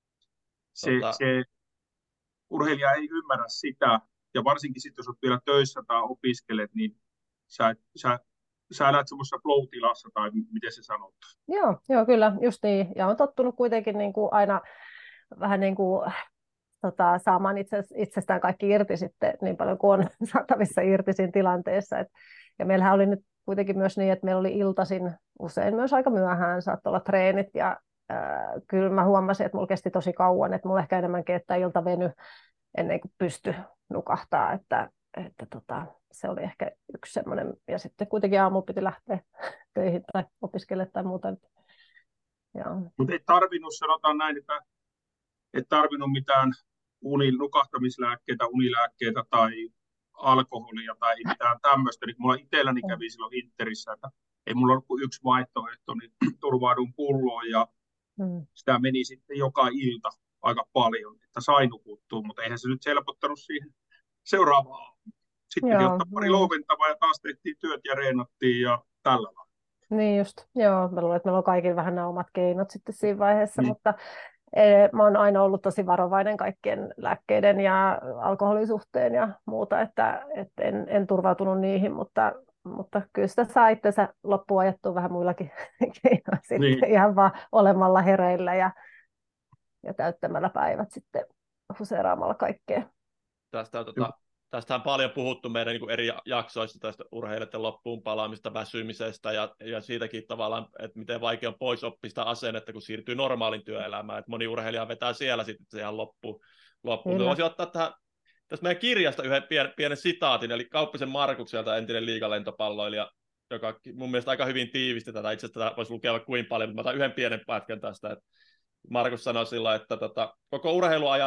se, tota... se urheilija ei ymmärrä sitä, ja varsinkin sitten, jos olet vielä töissä tai opiskelet, niin sä, sä sä elät semmoisessa flow-tilassa, tai miten se sanotaan? Joo, joo, kyllä, just niin. Ja on tottunut kuitenkin niin kuin aina vähän niin kuin, tota, saamaan itse, itsestään kaikki irti sitten niin paljon kuin on saatavissa irti siinä tilanteessa. Et, ja meillähän oli nyt kuitenkin myös niin, että meillä oli iltaisin usein myös aika myöhään, saattoi olla treenit, ja äh, kyllä mä huomasin, että mulla kesti tosi kauan, että mulla ehkä enemmänkin, että ilta veny ennen kuin pysty nukahtaa, että Että tota, se oli ehkä yksi semmoinen, ja sitten kuitenkin aamulla piti lähteä töihin tai opiskelemaan tai muuta. Mutta ei tarvinnut, sanotaan näin, että ei tarvinnut mitään uni, nukahtamislääkkeitä, unilääkkeitä tai alkoholia tai mitään tämmöistä. Niin mulla itselläni kävi silloin Interissä, että ei mulla ollut kuin yksi vaihtoehto, niin turvaudun pulloon ja hmm. sitä meni sitten joka ilta aika paljon, että sai nukuttua, mutta eihän se nyt helpottanut siihen seuraavaan. Sitten piti ottaa pari louventavaa ja taas tehtiin työt ja reenattiin ja tällä lailla. Niin just, joo. Mä luulen, että meillä on kaikilla vähän nämä omat keinot sitten siinä vaiheessa, niin. Mutta eh, mä oon aina ollut tosi varovainen kaikkien lääkkeiden ja alkoholisuhteen ja muuta, että, että en, en turvautunut niihin, mutta, mutta kyllä sitä saa itsensä loppuun ajettua vähän muillakin keinoilla sitten niin. Ihan vaan olemalla hereillä ja, ja täyttämällä päivät sitten huseeraamalla kaikkea. Tästä on tota... Tästä on paljon puhuttu meidän niin kuin eri jaksoissa tästä urheilijoiden loppuun palaamista, väsymisestä ja, ja siitäkin tavallaan, että miten vaikea on pois oppia sitä asennetta, kun siirtyy normaalin työelämään. Että moni urheilija vetää siellä sitten se ihan loppuun. loppuun. Voisin ottaa tähän, tästä meidän kirjasta yhden pienen, pienen sitaatin, eli Kauppisen Markukselta, entinen liigalentopalloilija, joka mun mielestä aika hyvin tiivisti tätä. Itse asiassa tätä voisi lukea vaikka kuin paljon, mutta mä otan yhden pienen pätkän tästä. Että Markus sanoi silloin, että tota, koko urheiluajan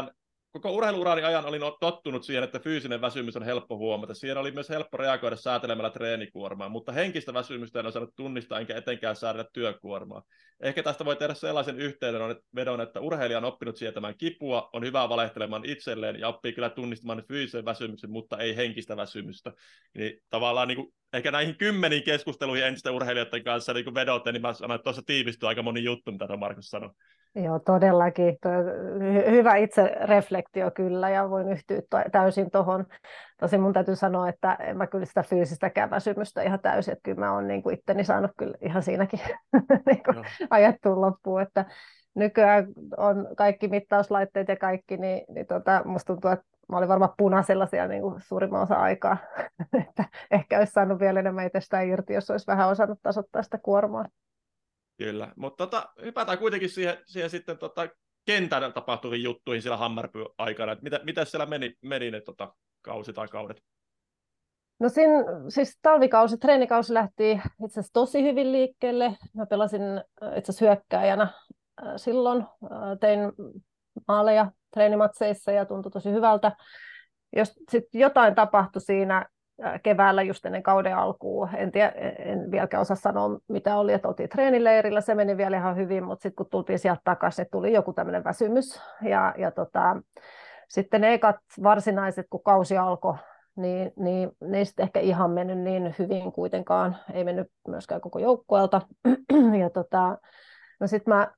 koko urheiluurani ajan olin tottunut siihen, että fyysinen väsymys on helppo huomata. Siihen oli myös helppo reagoida säätelemällä treenikuormaa, mutta henkistä väsymystä en osannut tunnistaa enkä etenkään säädellä työkuormaa. Ehkä tästä voi tehdä sellaisen yhteydenvedon, että urheilija on oppinut sietämään kipua, on hyvä valehtelemaan itselleen ja oppii kyllä tunnistamaan fyysisen väsymyksen, mutta ei henkistä väsymystä. Niin tavallaan niin kuin, ehkä näihin kymmeniin keskusteluihin entisten urheilijoiden kanssa niin vedoten, niin mä sanon, että tuossa tiivistyy aika moni juttu, mitä Markus sanoi. Joo, todellakin. Tuo hy- hyvä itse reflektio kyllä, ja voin yhtyä to- täysin tuohon. Tosin mun täytyy sanoa, että en mä kyllä sitä fyysistäkään väsymystä ihan täysin, että kyllä mä oon niin kuin itteni saanut kyllä ihan siinäkin niin kuin ajettua loppuun, että nykyään on kaikki mittauslaitteet ja kaikki, niin, niin tota, musta tuntuu, että mä olin varmaan punaisella siellä niin kuin suurimman osa aikaa, että ehkä olisi saanut vielä enemmän itsestään irti, jos olisi vähän osannut tasoittaa sitä kuormaa. Kyllä, mutta tota, hypätään kuitenkin siihen, siihen sitten tota, kentällä tapahtuviin juttuihin siellä Hammarby-aikana. Et mitä, mitä siellä meni, meni ne tota, kausi tai kaudet? No siinä, siis talvikausi, treenikausi lähti itse asiassa tosi hyvin liikkeelle. Mä pelasin itse asiassa hyökkääjänä silloin. Tein maaleja treenimatseissa ja tuntui tosi hyvältä. Jos sitten jotain tapahtui siinä keväällä just ennen kauden alkuun. En, tiedä, en vieläkään osaa sanoa, mitä oli, että oltiin treenileirillä, se meni vielä ihan hyvin, mutta sitten kun tultiin sieltä takaisin, niin tuli joku tämmöinen väsymys. Ja, ja tota, sitten ne ekat varsinaiset, kun kausi alkoi, niin, niin ne ei sitten ehkä ihan mennyt niin hyvin kuitenkaan, ei mennyt myöskään koko joukkueelta. Ja tota, no sitten mä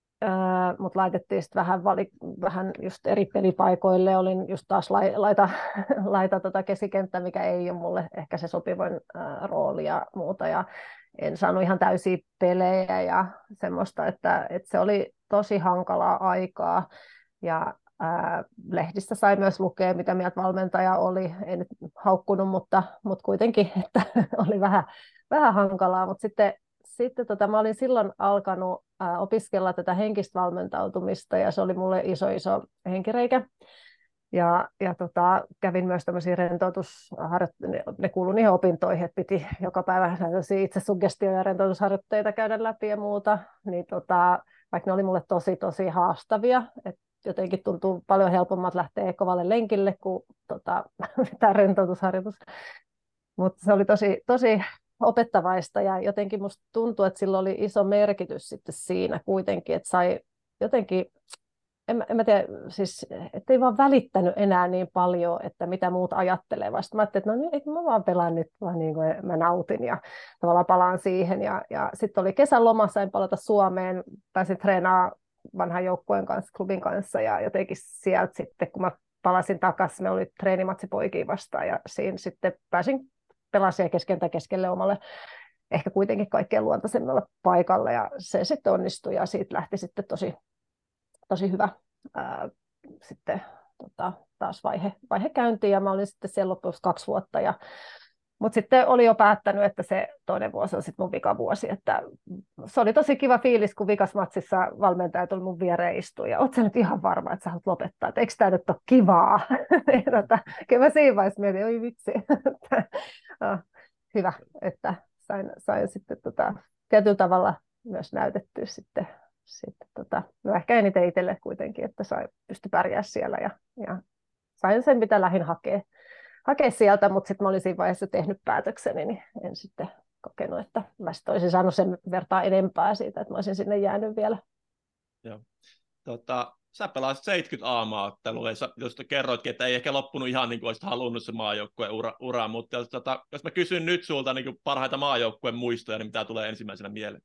Öö, mut laitettiin sitten vähän, vali, vähän just eri pelipaikoille, olin just taas lai, laita, laita tota kesikenttä, mikä ei ole mulle ehkä se sopivoin ää, rooli ja muuta, ja en saanut ihan täysiä pelejä ja semmoista, että, että se oli tosi hankalaa aikaa, ja ää, lehdistä sai myös lukea, mitä mieltä valmentaja oli, ei nyt haukkunut, mutta, mutta kuitenkin, että oli vähän, vähän hankalaa, mutta sitten Sitten tota, mä olin silloin alkanut ää, opiskella tätä henkistä valmentautumista, ja se oli mulle iso, iso henkireikä. Ja, ja tota, kävin myös tämmöisiä rentoutusharjoitteita, ne kuului niihin opintoihin, että piti joka päivä itse suggestio- ja rentoutusharjoitteita käydä läpi ja muuta. Niin tota, vaikka ne oli mulle tosi, tosi haastavia, että jotenkin tuntuu paljon helpommat lähteä kovalle lenkille kuin tota, tämä rentoutusharjoitus. Mutta se oli tosi, tosi opettavaista, ja jotenkin musta tuntuu, että sillä oli iso merkitys sitten siinä kuitenkin, että sai jotenkin, en, en mä tiedä, siis ettei vaan välittänyt enää niin paljon, että mitä muut ajattelee, vaan mä ajattelin, että no niin, eikö mä vaan pelaan nyt, vaan niin kuin mä nautin ja tavallaan palaan siihen, ja, ja sitten oli kesän lomassa, en palata Suomeen, pääsin treenaamaan vanhan joukkueen kanssa, klubin kanssa, ja jotenkin sieltä sitten, kun mä palasin takaisin, me oli treenimatsi poikia vastaan, ja siinä sitten pääsin pelasin ja keskeltä keskelle omalle ehkä kuitenkin kaikkein luontaisemmalle paikalle, ja se sitten onnistui, ja siitä lähti sitten tosi, tosi hyvä ää, sitten tota, taas vaihe, vaihe käyntiin, ja mä olin sitten siellä loppuksi kaksi vuotta, ja mutta sitten oli jo päättänyt, että se toinen vuosi on sitten mun vikavuosi, että se oli tosi kiva fiilis, kun vikasmatsissa valmentaja tuli mun viereen istua, ja oot sä nyt ihan varma, että sä haluat lopettaa, että eikö tämä nyt ole kivaa? tota, kyllä mä siinä vaiheessa mietin, oi vitsi, no, hyvä, että sain, sain sitten tota, tietyllä tavalla myös näytettyä sitten, sitten tota, no ehkä eniten itselle kuitenkin, että sai pysty pärjää siellä, ja, ja sain sen, mitä lähdin hakemaan. hakea sieltä, mutta sitten mä olin siinä vaiheessa tehnyt päätökseni, niin en sitten kokenut, että mä sitten olisin saanut sen vertaa enempää siitä, että mä olisin sinne jäänyt vielä. Joo. Tota, sä pelasit seitsemänkymmentä A-maaottelua, ja jos kerroitkin, että ei ehkä loppunut ihan niin kuin olisit halunnut se maajoukkueen ura, ura, mutta jos, tota, jos mä kysyn nyt sulta niin kuin parhaita maajoukkueen muistoja, niin mitä tulee ensimmäisenä mieleen?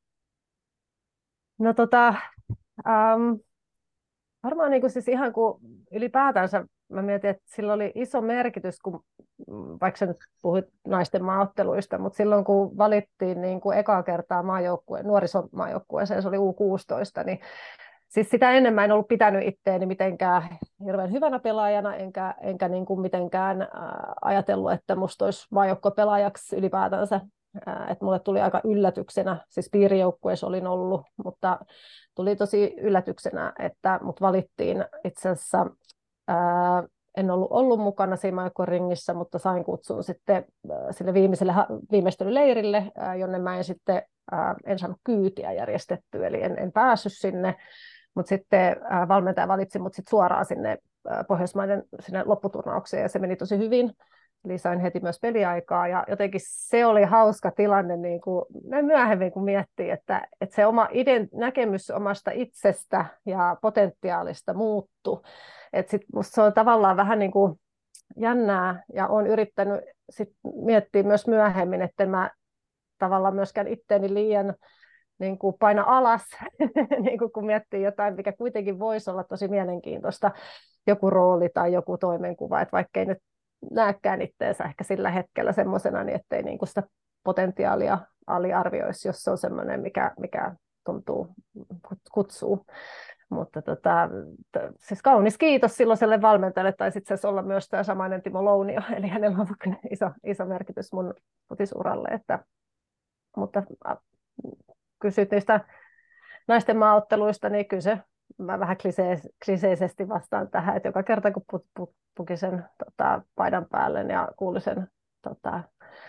No tota, um, varmaan niin kuin siis ihan kuin ylipäätänsä mä mietin, että sillä oli iso merkitys, kun vaikka sä nyt puhuit naisten maaotteluista, mutta silloin kun valittiin niin kuin ekaa kertaa maajoukkueen, nuorisomaajoukkueeseen, se oli U kuusitoista, niin siis sitä ennen mä en ollut pitänyt itteeni mitenkään hirveän hyvänä pelaajana, enkä, enkä niin kuin mitenkään äh, ajatellut, että musta olisi maajoukkuepelaajaksi ylipäätänsä. Äh, että mulle tuli aika yllätyksenä, siis piirijoukkueessa olin ollut, mutta tuli tosi yllätyksenä, että mut valittiin itse asiassa. Ää, en ollut ollut mukana siinä maajoukkueen ringissä, mutta sain kutsun sitten ää, sille viimeiselle viimeistelyleirille, ää, jonne mä en sitten ää, en saanut kyytiä järjestettyä, eli en, en päässyt sinne, mutta sitten ää, valmentaja valitsi mut sitten suoraan sinne Pohjoismaiden sinne lopputurnaukseen ja se meni tosi hyvin. Eli sain heti myös peliaikaa ja jotenkin se oli hauska tilanne niin kuin myöhemmin, kun miettii, että, että se oma ident- näkemys omasta itsestä ja potentiaalista muuttui. Että sit musta se on tavallaan vähän niin kuin jännää ja olen yrittänyt sit miettiä myös myöhemmin, että mä tavallaan myöskään itteeni liian niin kuin paina alas, niin kuin kun miettii jotain, mikä kuitenkin voisi olla tosi mielenkiintoista, joku rooli tai joku toimenkuva, että vaikka ei nyt näekään itteensä ehkä sillä hetkellä semmoisena, niin ettei niin kuin sitä potentiaalia aliarvioisi, jos se on semmoinen, mikä, mikä tuntuu, kutsuu. Mutta tota, t- siis kaunis kiitos silloiselle valmentajalle, tai sitten se olla myös tämä samainen Timo Lounio, eli hänellä on iso, iso merkitys mun futisuralle. Että, mutta äh, kysyt niistä naisten maaotteluista, niin kyllä se mä vähän klisees, kliseisesti vastaan tähän, että joka kerta kun put, put, puki sen tota, paidan päälle ja kuuli sen tota,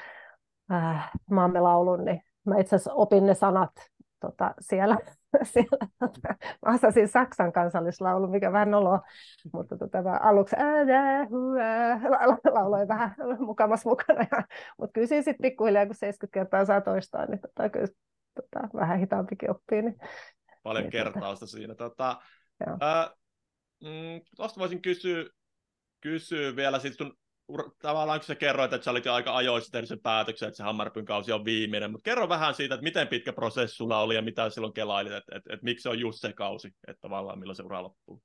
äh, maamme laulun, niin mä itse asiassa opin ne sanat tota, siellä. siellä tota, mä osasin Saksan kansallislaulu, mikä vähän noloa, mutta tota, mä aluksi ää, huää, lauloin vähän mukamas mukana, ja, mutta kyllä siinä sitten pikkuhiljaa, kun seitsemänkymmentä kertaa saa toistaa, niin tota, kyllä tota, vähän hitaampikin oppii. Niin, paljon niin, kertausta tota, siinä. Tota, joo. ää, mm, Tuosta voisin kysyä, kysyä vielä, sit sun, tavallaan kun sä kerroit, että sä olit jo aika ajoissa tehnyt sen päätöksen, että se Hammarbyn kausi on viimeinen, mutta kerro vähän siitä, että miten pitkä prosessi sulla oli ja mitä silloin kelailit, että, että, että miksi se on just se kausi, että tavallaan milloin se ura loppuu.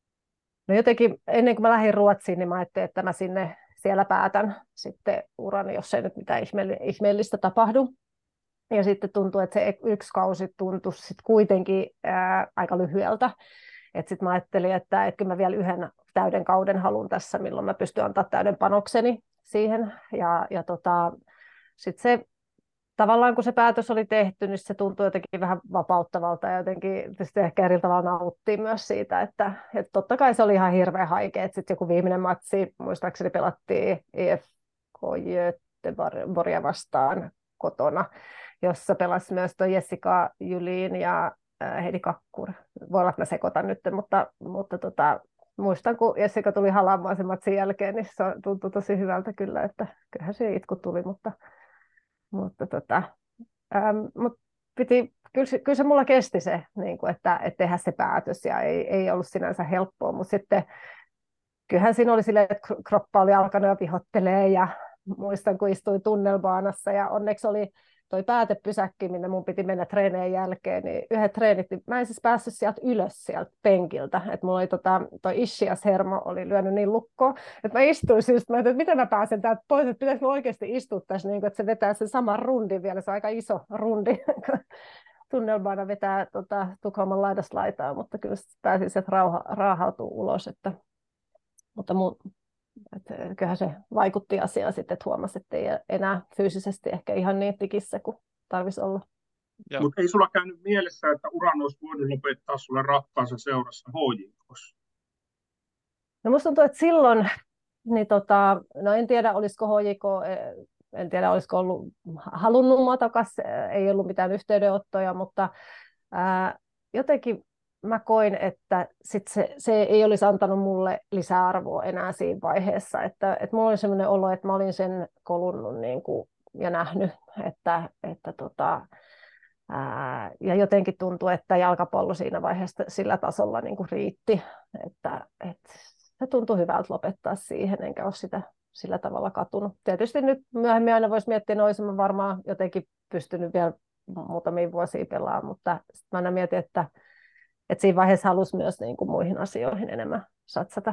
No jotenkin ennen kuin mä lähdin Ruotsiin, niin mä ajattelin, että mä sinne siellä päätän sitten urani, jos ei nyt mitään ihmeellistä tapahdu. Ja sitten tuntuu, että se yksi kausi tuntui sitten kuitenkin ää, aika lyhyeltä. Että sitten mä ajattelin, että, että kyllä mä vielä yhden täyden kauden haluan tässä, milloin mä pystyn antaa täyden panokseni siihen. Ja, ja tota, sitten se tavallaan kun se päätös oli tehty, niin se tuntui jotenkin vähän vapauttavalta ja jotenkin ehkä eri tavalla nauttiin myös siitä, että, että totta kai se oli ihan hirveän haikea, että sitten joku viimeinen matsi, muistaakseni pelattiin I F K Göteborgia vastaan kotona, jossa pelasi myös tuo Jessica Julin ja Heidi Kakkur. Voi olla, että mä sekoitan nyt, mutta, mutta tota, muistan, kun Jessica tuli halaamaan sen matsin jälkeen, niin se tuntui tosi hyvältä kyllä, että kyllähän se itku tuli, mutta, mutta tota, ähm, mut piti, kyllä, se, kyllä se mulla kesti se, niin kuin, että, että tehdä se päätös ja ei, ei ollut sinänsä helppoa, mutta sitten kyllähän siinä oli silleen, että kroppa oli alkanut jo vihottelee ja muistan, kun istuin tunnelbaanassa ja onneksi oli toi päätepysäkki, minne mun piti mennä treeneen jälkeen, niin yhdet treenit, niin mä en siis päässyt sieltä ylös sieltä penkiltä, että mulla oli tota, toi ischias-hermo oli lyönyt niin lukkoon, että mä istuin siis, mä ajattelin, että miten mä pääsen täältä pois, että pitäisi mä oikeasti istua tässä, niin kuin, että se vetää sen saman rundin vielä, se on aika iso rundi, tunnelbaana vetää tota, Tukholman laidasta laitaa, mutta kyllä pääsin sieltä rauha, raahautua ulos, että, mutta mun, että kyllähän se vaikutti asiaan sitten, että huomasi, että ei enää fyysisesti ehkä ihan niin tikissä kuin tarvitsisi olla. Mutta ei sulla käynyt mielessä, että uran olisi voinut lopettaa sulle rakkaansa seurassa H J K:ssa? No musta tuntuu, että silloin, niin tota, no en tiedä olisiko H J K, en tiedä olisiko ollut halunnut mua takaisin, ei ollut mitään yhteydenottoja, mutta ää, jotenkin mä koin, että sit se, se ei olisi antanut mulle lisäarvoa enää siinä vaiheessa. Että, että mulla oli sellainen olo, että mä olin sen kolunnut niin kuin, ja nähnyt. Että, että, tota, ää, ja jotenkin tuntui, että jalkapallo siinä vaiheessa sillä tasolla niin kuin riitti. Että, että se tuntui hyvältä lopettaa siihen, enkä ole sitä sillä tavalla katunut. Tietysti nyt myöhemmin aina voisi miettiä, että olisin varmaan jotenkin pystynyt vielä muutamia vuosia pelaamaan, mutta sitten mä aina mietin, että että siinä vaiheessa halusi myös niin kuin muihin asioihin enemmän satsata.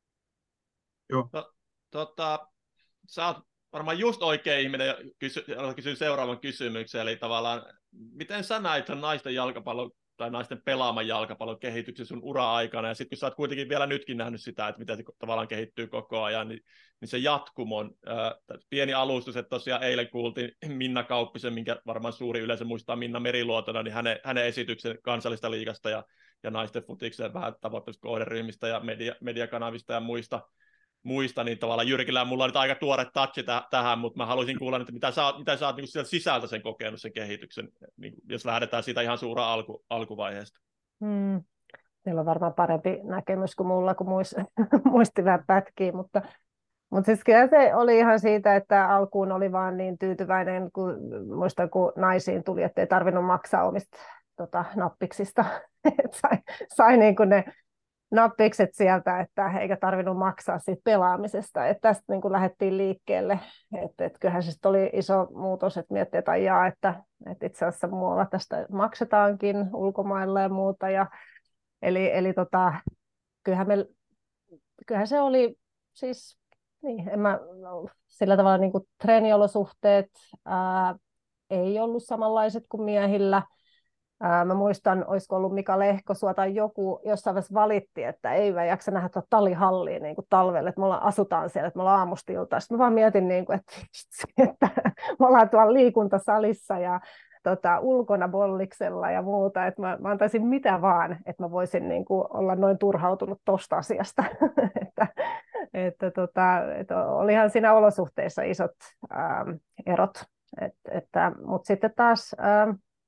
Joo. To, tota, sä oot varmaan just oikea ihminen kysy, kysyä seuraavan kysymyksen, eli tavallaan, miten sä näit sen naisten jalkapallon tai naisten pelaaman jalkapallon kehityksen sun ura-aikana, ja sitten kun sä oot kuitenkin vielä nytkin nähnyt sitä, että miten se tavallaan kehittyy koko ajan, niin, niin se jatkumon, ää, pieni alustus, että tosiaan eilen kuultiin Minna Kauppisen, minkä varmaan suuri yleisö muistaa Minna Meriluotona, niin hänen, hänen esityksen kansallista liigasta ja, ja naisten futikseen vähän tavoitteista kohderyhmistä ja media, mediakanavista ja muista, muista, niin tavallaan Jyrkillä ja mulla on nyt aika tuore touchi täh- tähän, mutta mä haluaisin kuulla, että mitä sä oot, mitä sä oot niin sieltä sisältä sen kokenut, sen kehityksen, niin jos lähdetään siitä ihan suuraa alku, alkuvaiheesta. Hmm. Niillä on varmaan parempi näkemys kuin mulla, kun muistivat pätkii, mutta Mutta siis kyllä se oli ihan siitä, että alkuun oli vaan niin tyytyväinen, kun muistan, kun naisiin tuli, että ei tarvinnut maksaa omista tota, nappiksista. sai sai niin kuin ne nappikset sieltä, että eikä tarvinnut maksaa siitä pelaamisesta. Et tästä niin kuin lähdettiin liikkeelle. Et, et kyllähän se oli iso muutos, että miettii, että, ajaa, että, että itse asiassa muualla tästä maksetaankin ulkomailla ja muuta. Ja, eli eli tota, kyllähän, me, kyllähän se oli siis... Niin, en mä, sillä tavalla niin kuin treeniolosuhteet ää, ei ollut samanlaiset kuin miehillä. Ää, mä muistan, olisiko ollut Mika Lehkosua tai joku, jossain vaiheessa valitti, että ei mä jaksa nähdä tuota talihallia niin kuin talvella, että me ollaan, asutaan siellä, että me ollaan aamustilta. Sitten mä vaan mietin, niin kuin, että, että me ollaan tuolla liikuntasalissa ja tota, ulkona bolliksella ja muuta, että mä, mä antaisin mitä vaan, että mä voisin niin kuin, olla noin turhautunut tuosta asiasta. että, että, tota, että olihan siinä olosuhteissa isot ähm, erot. Et, että, mutta sitten taas ähm,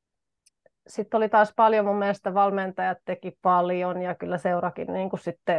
sitten oli taas paljon, mun mielestä valmentajat teki paljon ja kyllä seurakin niin kuin sitten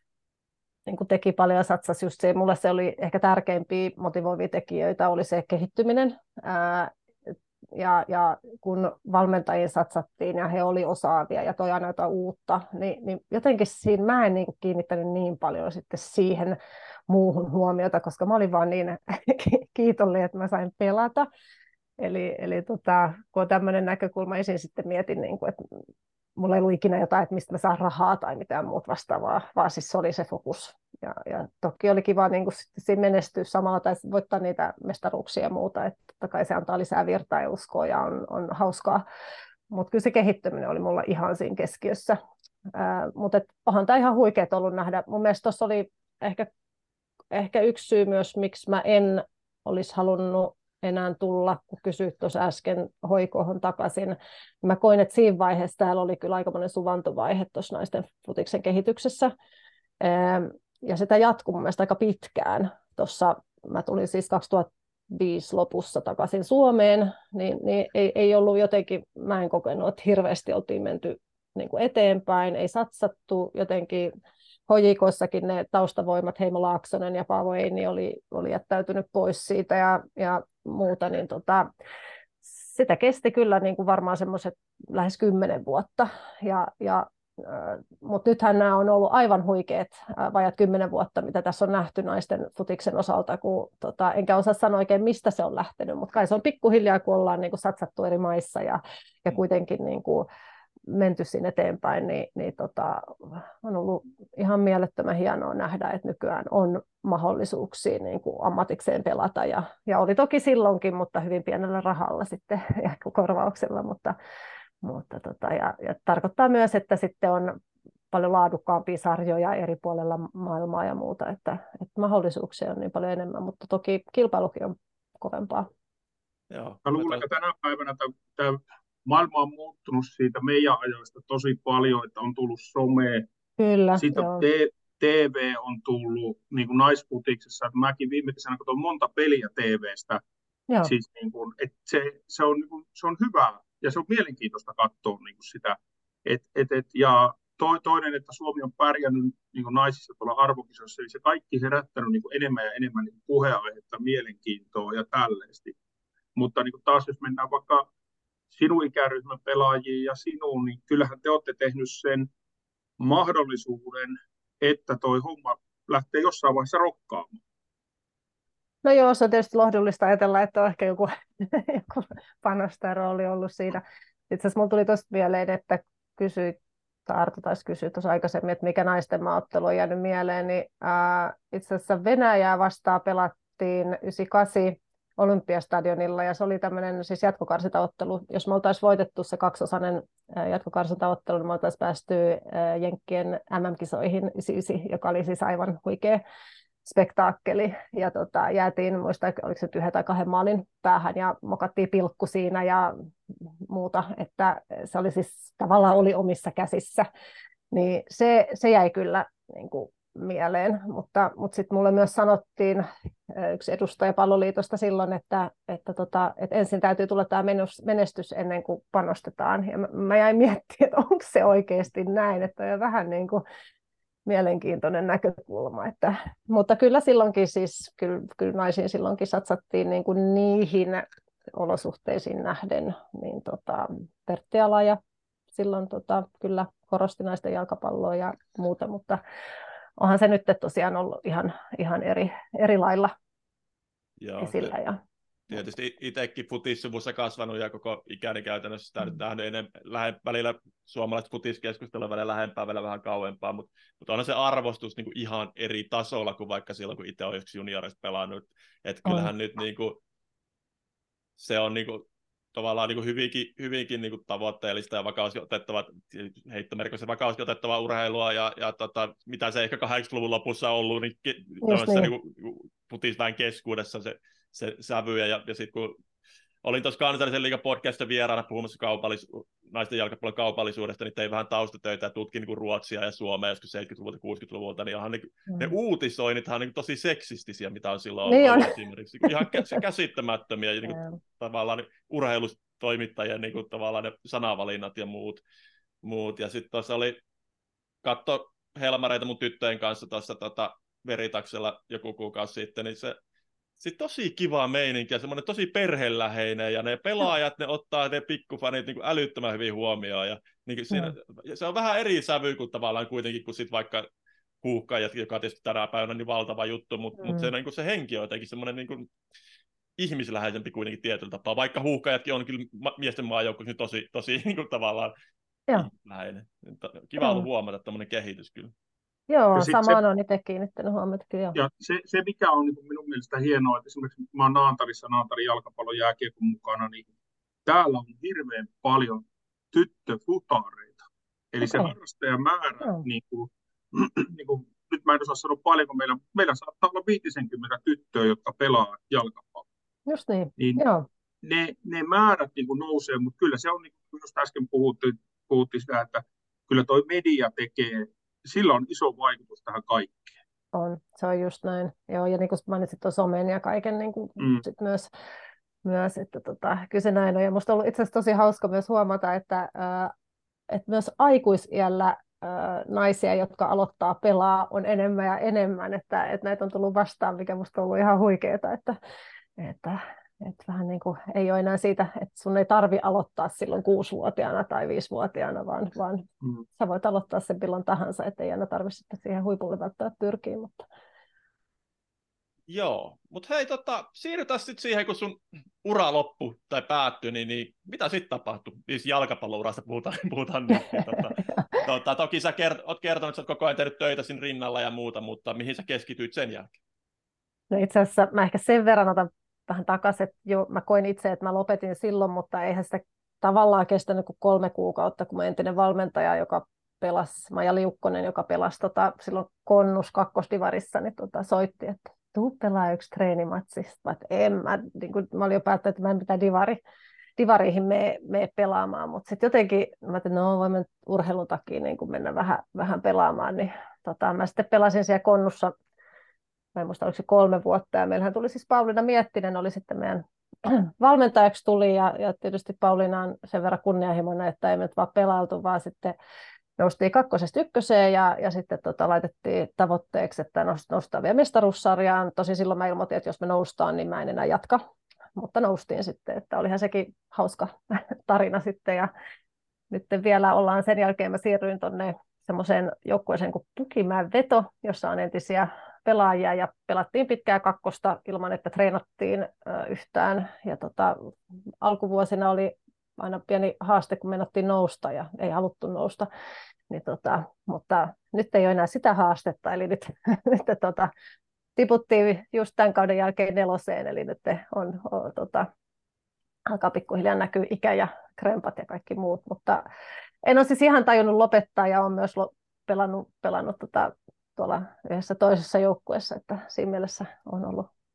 niin kuin teki paljon ja satsasi just se. Mulle se oli ehkä tärkeimpiä motivoivia tekijöitä, oli se kehittyminen. Ää, ja, ja kun valmentajien satsattiin ja he oli osaavia ja toi aina jotain uutta, niin, niin jotenkin siinä mä en niin kuin kiinnittänyt niin paljon sitten siihen muuhun huomiota, koska mä olin vaan niin kiitollinen, että mä sain pelata. Eli, eli tota, kun on tämmöinen näkökulma esiin, sitten mietin, niin kuin, että mulla ei ollut ikinä jotain, että mistä mä saan rahaa tai mitään muuta vastaavaa, vaan siis se oli se fokus. Ja, ja toki oli kiva niin kuin siinä menestyä samalla tai voittaa niitä mestaruuksia ja muuta, että totta kai se antaa lisää virtaa ja uskoa ja on, on hauskaa. Mutta kyllä se kehittyminen oli mulla ihan siinä keskiössä. Mutta onhan tämä ihan huikeet ollut nähdä. Mun mielestä tuossa oli ehkä, ehkä yksi syy myös, miksi mä en olisi halunnut enää tulla, kun kysyit tuossa äsken hoikoon takaisin. Mä koin, että siinä vaiheessa täällä oli kyllä aikamoinen suvantovaihe tuossa naisten futiksen kehityksessä. Ja sitä jatkui mun mielestä aika pitkään. Tuossa mä tulin siis kaksituhattaviisi lopussa takaisin Suomeen, niin, niin ei, ei ollut jotenkin, mä en kokenut, että hirveästi oltiin menty niin kuin eteenpäin, ei satsattu jotenkin. H J K:ssakin ne taustavoimat, Heimo Laaksonen ja Paavo Eini oli, oli jättäytynyt pois siitä ja, ja muuta, niin tota, sitä kesti kyllä niin kuin varmaan semmoiset lähes kymmenen vuotta. Ja, ja, äh, mutta nythän nämä on ollut aivan huikeat äh, vajat kymmenen vuotta, mitä tässä on nähty naisten futiksen osalta, kun, tota, enkä osaa sanoa oikein, mistä se on lähtenyt, mutta kai se on pikkuhiljaa, kun ollaan niin kuin satsattu eri maissa ja, ja kuitenkin niin kuin menty siinä eteenpäin, niin, niin tota, on ollut ihan mielettömän hienoa nähdä, että nykyään on mahdollisuuksia niin kuin ammatikseen pelata. Ja, ja oli toki silloinkin, mutta hyvin pienellä rahalla sitten ja korvauksella. Mutta, mutta tota, ja, ja tarkoittaa myös, että sitten on paljon laadukkaampia sarjoja eri puolella maailmaa ja muuta, että, että mahdollisuuksia on niin paljon enemmän, mutta toki kilpailukin on kovempaa. Joo. Mä luulen, että tänä päivänä tämä maailma on muuttunut siitä meidän ajoista tosi paljon, että on tullut some, Kyllä, sitten on T V on tullut niin kuin naisfutiksessa. Mäkin viime kesänä katsoin monta peliä T V:stä. Siis, niin kuin, että se, se, on, niin kuin, se on hyvä ja se on mielenkiintoista katsoa niin kuin sitä. Et, et, et, ja to, toinen, että Suomi on pärjännyt niin kuin naisissa tuolla arvokisoissa, eli se kaikki herättänyt niin kuin enemmän ja enemmän niin kuin puheenaihetta, mielenkiintoa ja tällaisesti. Mutta niin kuin taas jos mennään vaikka sinun ikäryhmän pelaajiin ja sinuun, niin kyllähän te olette tehnyt sen mahdollisuuden, että toi homma lähtee jossain vaiheessa rokkaamaan. No joo, se on tietysti lohdullista ajatella, että on ehkä joku, joku panostaja rooli ollut siinä. Itse asiassa minulla tuli tuosta mieleen, että kysyit, tai Arto taisi kysyä tuossa aikaisemmin, että mikä naisten maaottelu on jäänyt mieleen, niin ää, itse asiassa Venäjää vastaan pelattiin yhdeksänkymmentäkahdeksan Olympiastadionilla, ja se oli tämmöinen siis jatkokarsintaottelu. Jos me oltaisiin voitettu se kaksiosainen jatkokarsintaottelu, niin me oltaisiin päästy Jenkkien M M-kisoihin yhdeksänkymmentäyhdeksän, joka oli siis aivan huikea spektaakkeli. Ja tota, jäätiin, muista, oliko se yhden tai kahden maalin päähän, ja mokattiin pilkku siinä ja muuta, että se oli siis tavallaan oli omissa käsissä. Niin se, se jäi kyllä niin kuin mieleen, mutta, mutta sitten mulle myös sanottiin yksi edustaja Palloliitosta silloin, että, että, tota, että ensin täytyy tulla tämä menestys ennen kuin panostetaan. Ja mä, mä jäin miettimään, että onko se oikeasti näin, että on vähän niin kuin mielenkiintoinen näkökulma. Että, mutta kyllä silloinkin siis, kyllä, kyllä naisiin silloinkin satsattiin niin kuin niihin olosuhteisiin nähden, niin tota, Pertti Alaja silloin tota, kyllä korosti naisten jalkapalloa ja muuta, mutta onhan se nyt tosiaan ollut ihan, ihan eri, eri lailla Joo, esillä. Ja, tietysti itsekin futissuvussa kasvanut ja koko ikäni käytännössä sitä nyt nähnyt ennen, lähe, välillä suomalaiset futiskeskustelua välillä lähempää, välillä vähän kauempaa, mutta, mutta onhan se arvostus niin kuin ihan eri tasolla kuin vaikka silloin, kun itse olen yksi juniorista pelannut. Että kyllähän nyt niin kuin, se on niin kuin, tavallaan niin kuin hyvinkin, hyvinkin niin kuin tavoitteellista ja vakavasti otettava, heittomerkissä vakavasti otettavaa urheilua, ja, ja tota, mitä se ehkä kahdeksankymmentäluvun lopussa on ollut, niin, niin. Niin futisväen keskuudessa se, se sävy, ja, ja sitten kun olin tuossa kansallisen liigan podcastin vieraana puhumassa kaupallis- naisten jalkapallon kaupallisuudesta, niin tein vähän taustatöitä ja tutkin niin Ruotsia ja Suomea joskus seitsemänkymmentäluvulta, kuusikymmentäluvulta, niin ihan niin, mm. ne uutisoinnithan on niin tosi seksistisiä, mitä on silloin niin ollut on. Esimerkiksi. Ihan käsittämättömiä, niin kuin, tavallaan niin urheilustoimittajien niin kuin, tavallaan ne sanavalinnat ja muut. muut. Ja sitten tuossa oli katto helmareita mun tyttöjen kanssa tuossa tota, Veritaksella joku kuukausi sitten, niin se sitten tosi kiva meininki ja semmoinen tosi perheläheinen, ja ne pelaajat, ne ottaa ne pikkufanit niin kuin älyttömän hyvin huomioon, ja niin kuin siinä, mm. se on vähän eri sävy kuin tavallaan kuitenkin kuin sit vaikka Huuhkajat, joka tietysti tänä päivänä niin valtava juttu, mutta mm. mut se, niin kuin se henki on jotenkin semmoinen niin kuin ihmisläheisempi kuitenkin tietyllä tapaa, vaikka Huuhkajatkin on kyllä miesten maajoukkueessa tosi, tosi niin kuin tavallaan ihmisläheinen. Kiva ollut huomata tämmöinen kehitys kyllä. Joo, samaan on itse kiinnittänyt huomiota. Kyllä. Ja se, se, mikä on niin minun mielestä hienoa, että esimerkiksi mä oon Naantalissa, Naantalin jalkapallon jääkiekon mukana, niin täällä on hirveän paljon tyttöfutareita. Eli okay. Se harrastajamäärä, no. niin kuin, niin kuin, nyt mä en osaa sanoa paljonko, meillä, meillä saattaa olla viisikymmentä tyttöä, jotka pelaa jalkapalloa. Just niin, niin joo. Ne, ne määrät niin kuin nousee, mutta kyllä se on, niin kuin just äsken puhuttiin, puhuttiin sitä, että kyllä toi media tekee, sillä on iso vaikutus tähän kaikkeen. On, se on just näin. Joo, ja niin kuin mainitsit tuon somen ja kaiken niin kuin mm. sit myös, myös, että tota, kyllä se näin on. Ja musta on ollut itse asiassa tosi hauska myös huomata, että, ää, että myös aikuisiällä ää, naisia, jotka aloittaa pelaa, on enemmän ja enemmän. Että, että näitä on tullut vastaan, mikä musta on ollut ihan huikeeta, että, että että vähän niin kuin ei ole enää siitä, että sun ei tarvi aloittaa silloin kuusivuotiaana tai viisivuotiaana, vaan, vaan mm. sä voit aloittaa sen milloin tahansa, ettei aina tarvitse sitten siihen huipulle välttämättä pyrkiä. Mutta... Joo, mutta hei, tota, siirrytään sitten siihen, kun sun ura loppui tai päättyi, niin, niin mitä sitten tapahtui? Siis jalkapallourasta puhutaan, puhutaan nyt. Niin, tota, tota, toki sä kert- oot kertonut, että sä oot koko ajan tehnyt töitä siinä rinnalla ja muuta, mutta mihin sä keskityit sen jälkeen? No itse asiassa mä ehkä sen verran otan vähän takaisin, että jo, mä koin itse, että mä lopetin silloin, mutta eihän sitä tavallaan kestänyt kuin kolme kuukautta, kun mä entinen valmentaja, joka pelasi, Maija Liukkonen, joka pelasi tota, silloin Konnus kakkosdivarissa, niin tota, soitti, että tuu pelaa yksi treenimatsi. Että en mä, niin kun, mä olin jo päättänyt, että mä en mitään divari, divariihin mene, mene pelaamaan, mutta sitten jotenkin mä ajattelin, no voimme urheilun takia niin kun mennä vähän, vähän pelaamaan, niin tota, mä sitten pelasin siellä Konnussa. Mä en muista, oliko se kolme vuotta, ja meillähän tuli siis Pauliina Miettinen, oli sitten meidän valmentajaksi tuli, ja, ja tietysti Pauliina on sen verran kunnianhimoinen, että ei me nyt vaan pelailtu, vaan sitten noustiin kakkosesta ykköseen, ja, ja sitten tota, laitettiin tavoitteeksi, että nostaa vielä mestaruussarjaan. Tosin silloin mä ilmoitin, että jos me noustaan, niin mä en enää jatka, mutta noustiin sitten, että olihan sekin hauska tarina sitten, ja nyt vielä ollaan sen jälkeen, mä siirryin tuonne semmoiseen joukkueeseen kuin Pukimäen Veto, jossa on entisiä pelaajia, ja pelattiin pitkää kakkosta ilman, että treenattiin yhtään. Ja tota, alkuvuosina oli aina pieni haaste, kun menottiin nousta ja ei haluttu nousta. Niin tota, mutta nyt ei ole enää sitä haastetta, eli nyt, nyt tota, tiputtiin just tämän kauden jälkeen neloseen, eli nyt on, on tota, alkaa pikkuhiljaa näkyy ikä ja krempat ja kaikki muut, mutta en ole siis ihan tajunnut lopettaa, ja olen myös pelannut, pelannut tota, tuolla yhdessä toisessa joukkueessa, että siinä mielessä on ollut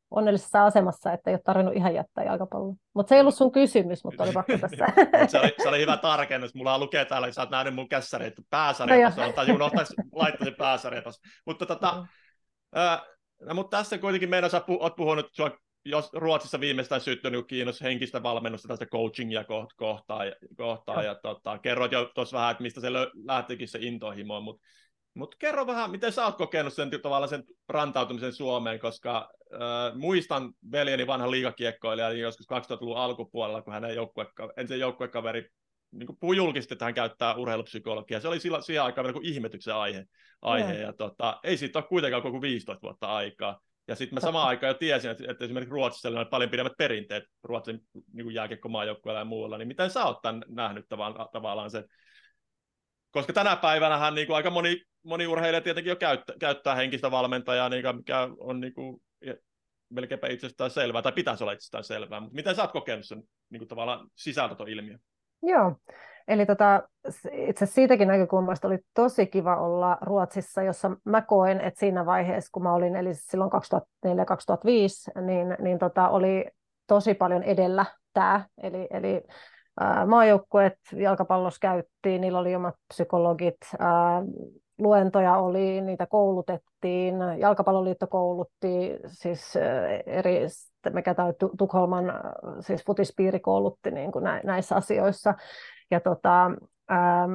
onnellisessa asemassa, että ei ole tarvinnut ihan jättää jalkapalloa. Mutta se ei ollut sun kysymys, mutta oli pakko tässä. Mut se, oli, se oli hyvä tarkennus. Mulla lukee täällä, että sä oot nähnyt mun kässäriä, että pääsarjatasolla. No tai unohtaa laittaa sen pääsarjatasolla. Mutta tota, Mm. ää, no, mutta tässä kuitenkin meidän sä pu, oot puhunut, sua, jos Ruotsissa viimeistään syttynyt kiinnostus henkistä valmennusta tästä coachingia kohtaan, kohtaan ja tota, kerroit jo tuossa vähän, että mistä se lähtikin se intohimo, mutta mut kerro vähän, miten sä oot kokenut sen tavallaan sen rantautumisen Suomeen, koska äh, muistan veljeni vanhan liigakiekkoilija joskus kaksituhattaluvun alkupuolella, kun hänen joukkue- ensin joukkuekaveri niin puhui julkisesti, että hän käyttää urheilupsykologiaa. Se oli sillä, siihen aikaan vielä kuin ihmetyksen aihe, aihe ja tota, ei siitä ole kuitenkaan koko viisitoista vuotta aikaa. Ja sitten mä samaan aikaan jo tiesin, että, että esimerkiksi Ruotsissa oli paljon pidemmät perinteet Ruotsin niin jääkiekkomaajoukkueella ja muualla, niin miten sä oot tämän nähnyt tavallaan, tavallaan sen? Koska tänä päivänähän niin kuin aika moni, moni urheilija tietenkin jo käyttää, käyttää henkistä valmentajaa, niin kuin, mikä on niin kuin, melkeinpä itsestään selvää, tai pitäisi olla itsestään selvää, mutta miten sä oot kokenut sen niin kuin, tavallaan sisältöilmiön? Joo, eli tota, itse siitäkin näkökulmasta oli tosi kiva olla Ruotsissa, jossa mä koen, että siinä vaiheessa, kun mä olin, eli silloin kaksituhattaneljä kaksituhattaviisi, niin, niin tota, oli tosi paljon edellä tämä, eli, eli ää, maajoukkueet jalkapallossa käyttiin, niillä oli omat psykologit, ää, luentoja oli, niitä koulutettiin, Jalkapalloliitto koulutti, siis eri, mikä tämä Tukholman siis futispiiri koulutti niin kuin näissä asioissa. Ja tota, ähm,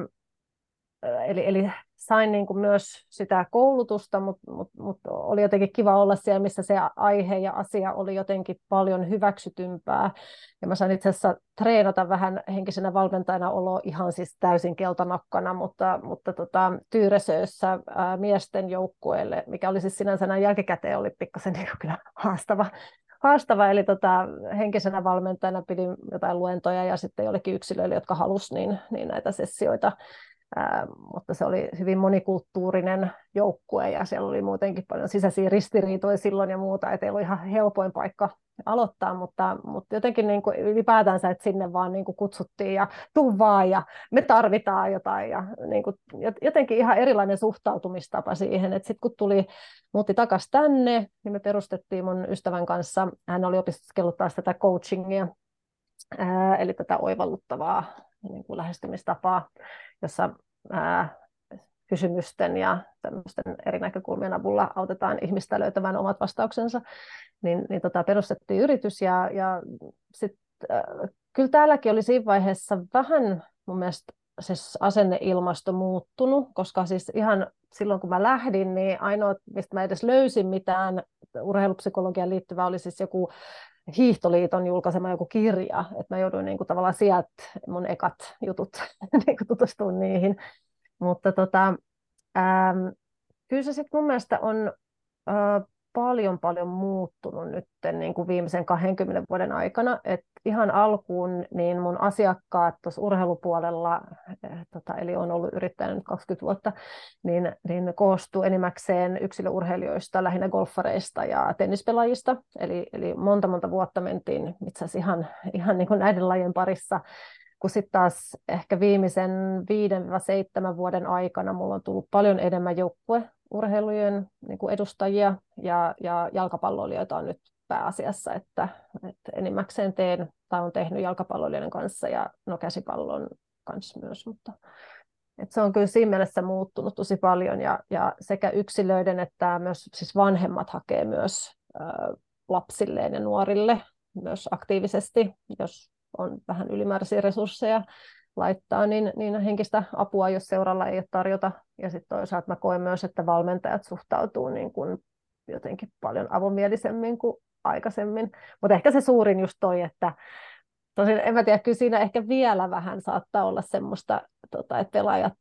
eli, eli sain niin kuin myös sitä koulutusta, mutta mut, mut oli jotenkin kiva olla siellä, missä se aihe ja asia oli jotenkin paljon hyväksytympää. Ja mä sain itse asiassa treenata vähän henkisenä valmentajana olo ihan siis täysin keltanakkana, mutta, mutta tota, Tyresössä ää, miesten joukkueelle, mikä oli siis sinänsä näin jälkikäteen, oli pikkasen niin kyllä haastava. Haastava, eli tota, henkisenä valmentajana pidin jotain luentoja ja sitten jollekin yksilöille, jotka halusi niin, niin näitä sessioita. Ää, mutta se oli hyvin monikulttuurinen joukkue ja siellä oli muutenkin paljon sisäisiä ristiriitoja silloin ja muuta, että ei ollut ihan helpoin paikka aloittaa, mutta, mutta jotenkin niin kuin ylipäätänsä, että sinne vaan niin kuin kutsuttiin ja tuu vaan ja me tarvitaan jotain ja niin kuin jotenkin ihan erilainen suhtautumistapa siihen, että sitten kun tuli, muutti takaisin tänne, niin me perustettiin mun ystävän kanssa, hän oli opiskellut taas tätä coachingia, ää, eli tätä oivalluttavaa niin kuin lähestymistapaa, jossa ää, kysymysten ja tämmöisten eri näkökulmien avulla autetaan ihmistä löytämään omat vastauksensa, niin, niin tota, perustettiin yritys ja, ja sit, äh, kyllä täälläkin oli siinä vaiheessa vähän mun mielestä siis asenneilmasto muuttunut, koska siis ihan silloin kun mä lähdin, niin ainoa, mistä mä edes löysin mitään urheilupsykologiaan liittyvää, oli siis joku Hiihtoliiton julkaisema joku kirja, että mä jouduin niin kuin tavallaan sieltä mun ekat jutut niin kuin tutustumaan niihin. Mutta tota, ähm, kyllä se sitten mun mielestä on äh, paljon paljon muuttunut nyt niin kuin viimeisen kahdenkymmenen vuoden aikana. Et ihan alkuun niin mun asiakkaat tuossa urheilupuolella, äh, tota, eli on ollut yrittäjänä nyt kaksikymmentä vuotta, niin, niin koostuu enimmäkseen yksilöurheilijoista, lähinnä golfareista ja tennispelaajista. Eli, eli monta monta vuotta mentiin itse asiassa ihan, ihan niin kuin näiden lajien parissa. Kun sitten taas ehkä viimeisen viiden seitsemän vuoden aikana mulla on tullut paljon enemmän joukkueurheilujen niin kuin edustajia ja, ja jalkapalloilijoita on nyt pääasiassa, että, että enimmäkseen teen tai on tehnyt jalkapalloilijoiden kanssa ja no käsipallon kanssa myös, mutta että se on kyllä siinä mielessä muuttunut tosi paljon ja, ja sekä yksilöiden että myös siis vanhemmat hakee myös ä, lapsilleen ja nuorille myös aktiivisesti, jos on vähän ylimääräisiä resursseja laittaa, niin, niin henkistä apua, jos seuralla ei ole tarjota. Ja sitten toisaalta mä koen myös, että valmentajat suhtautuu niin kuin jotenkin paljon avomielisemmin kuin aikaisemmin. Mutta ehkä se suurin just toi, että tosin en mä tiedä, kyllä siinä ehkä vielä vähän saattaa olla semmoista, tota, että pelaajat,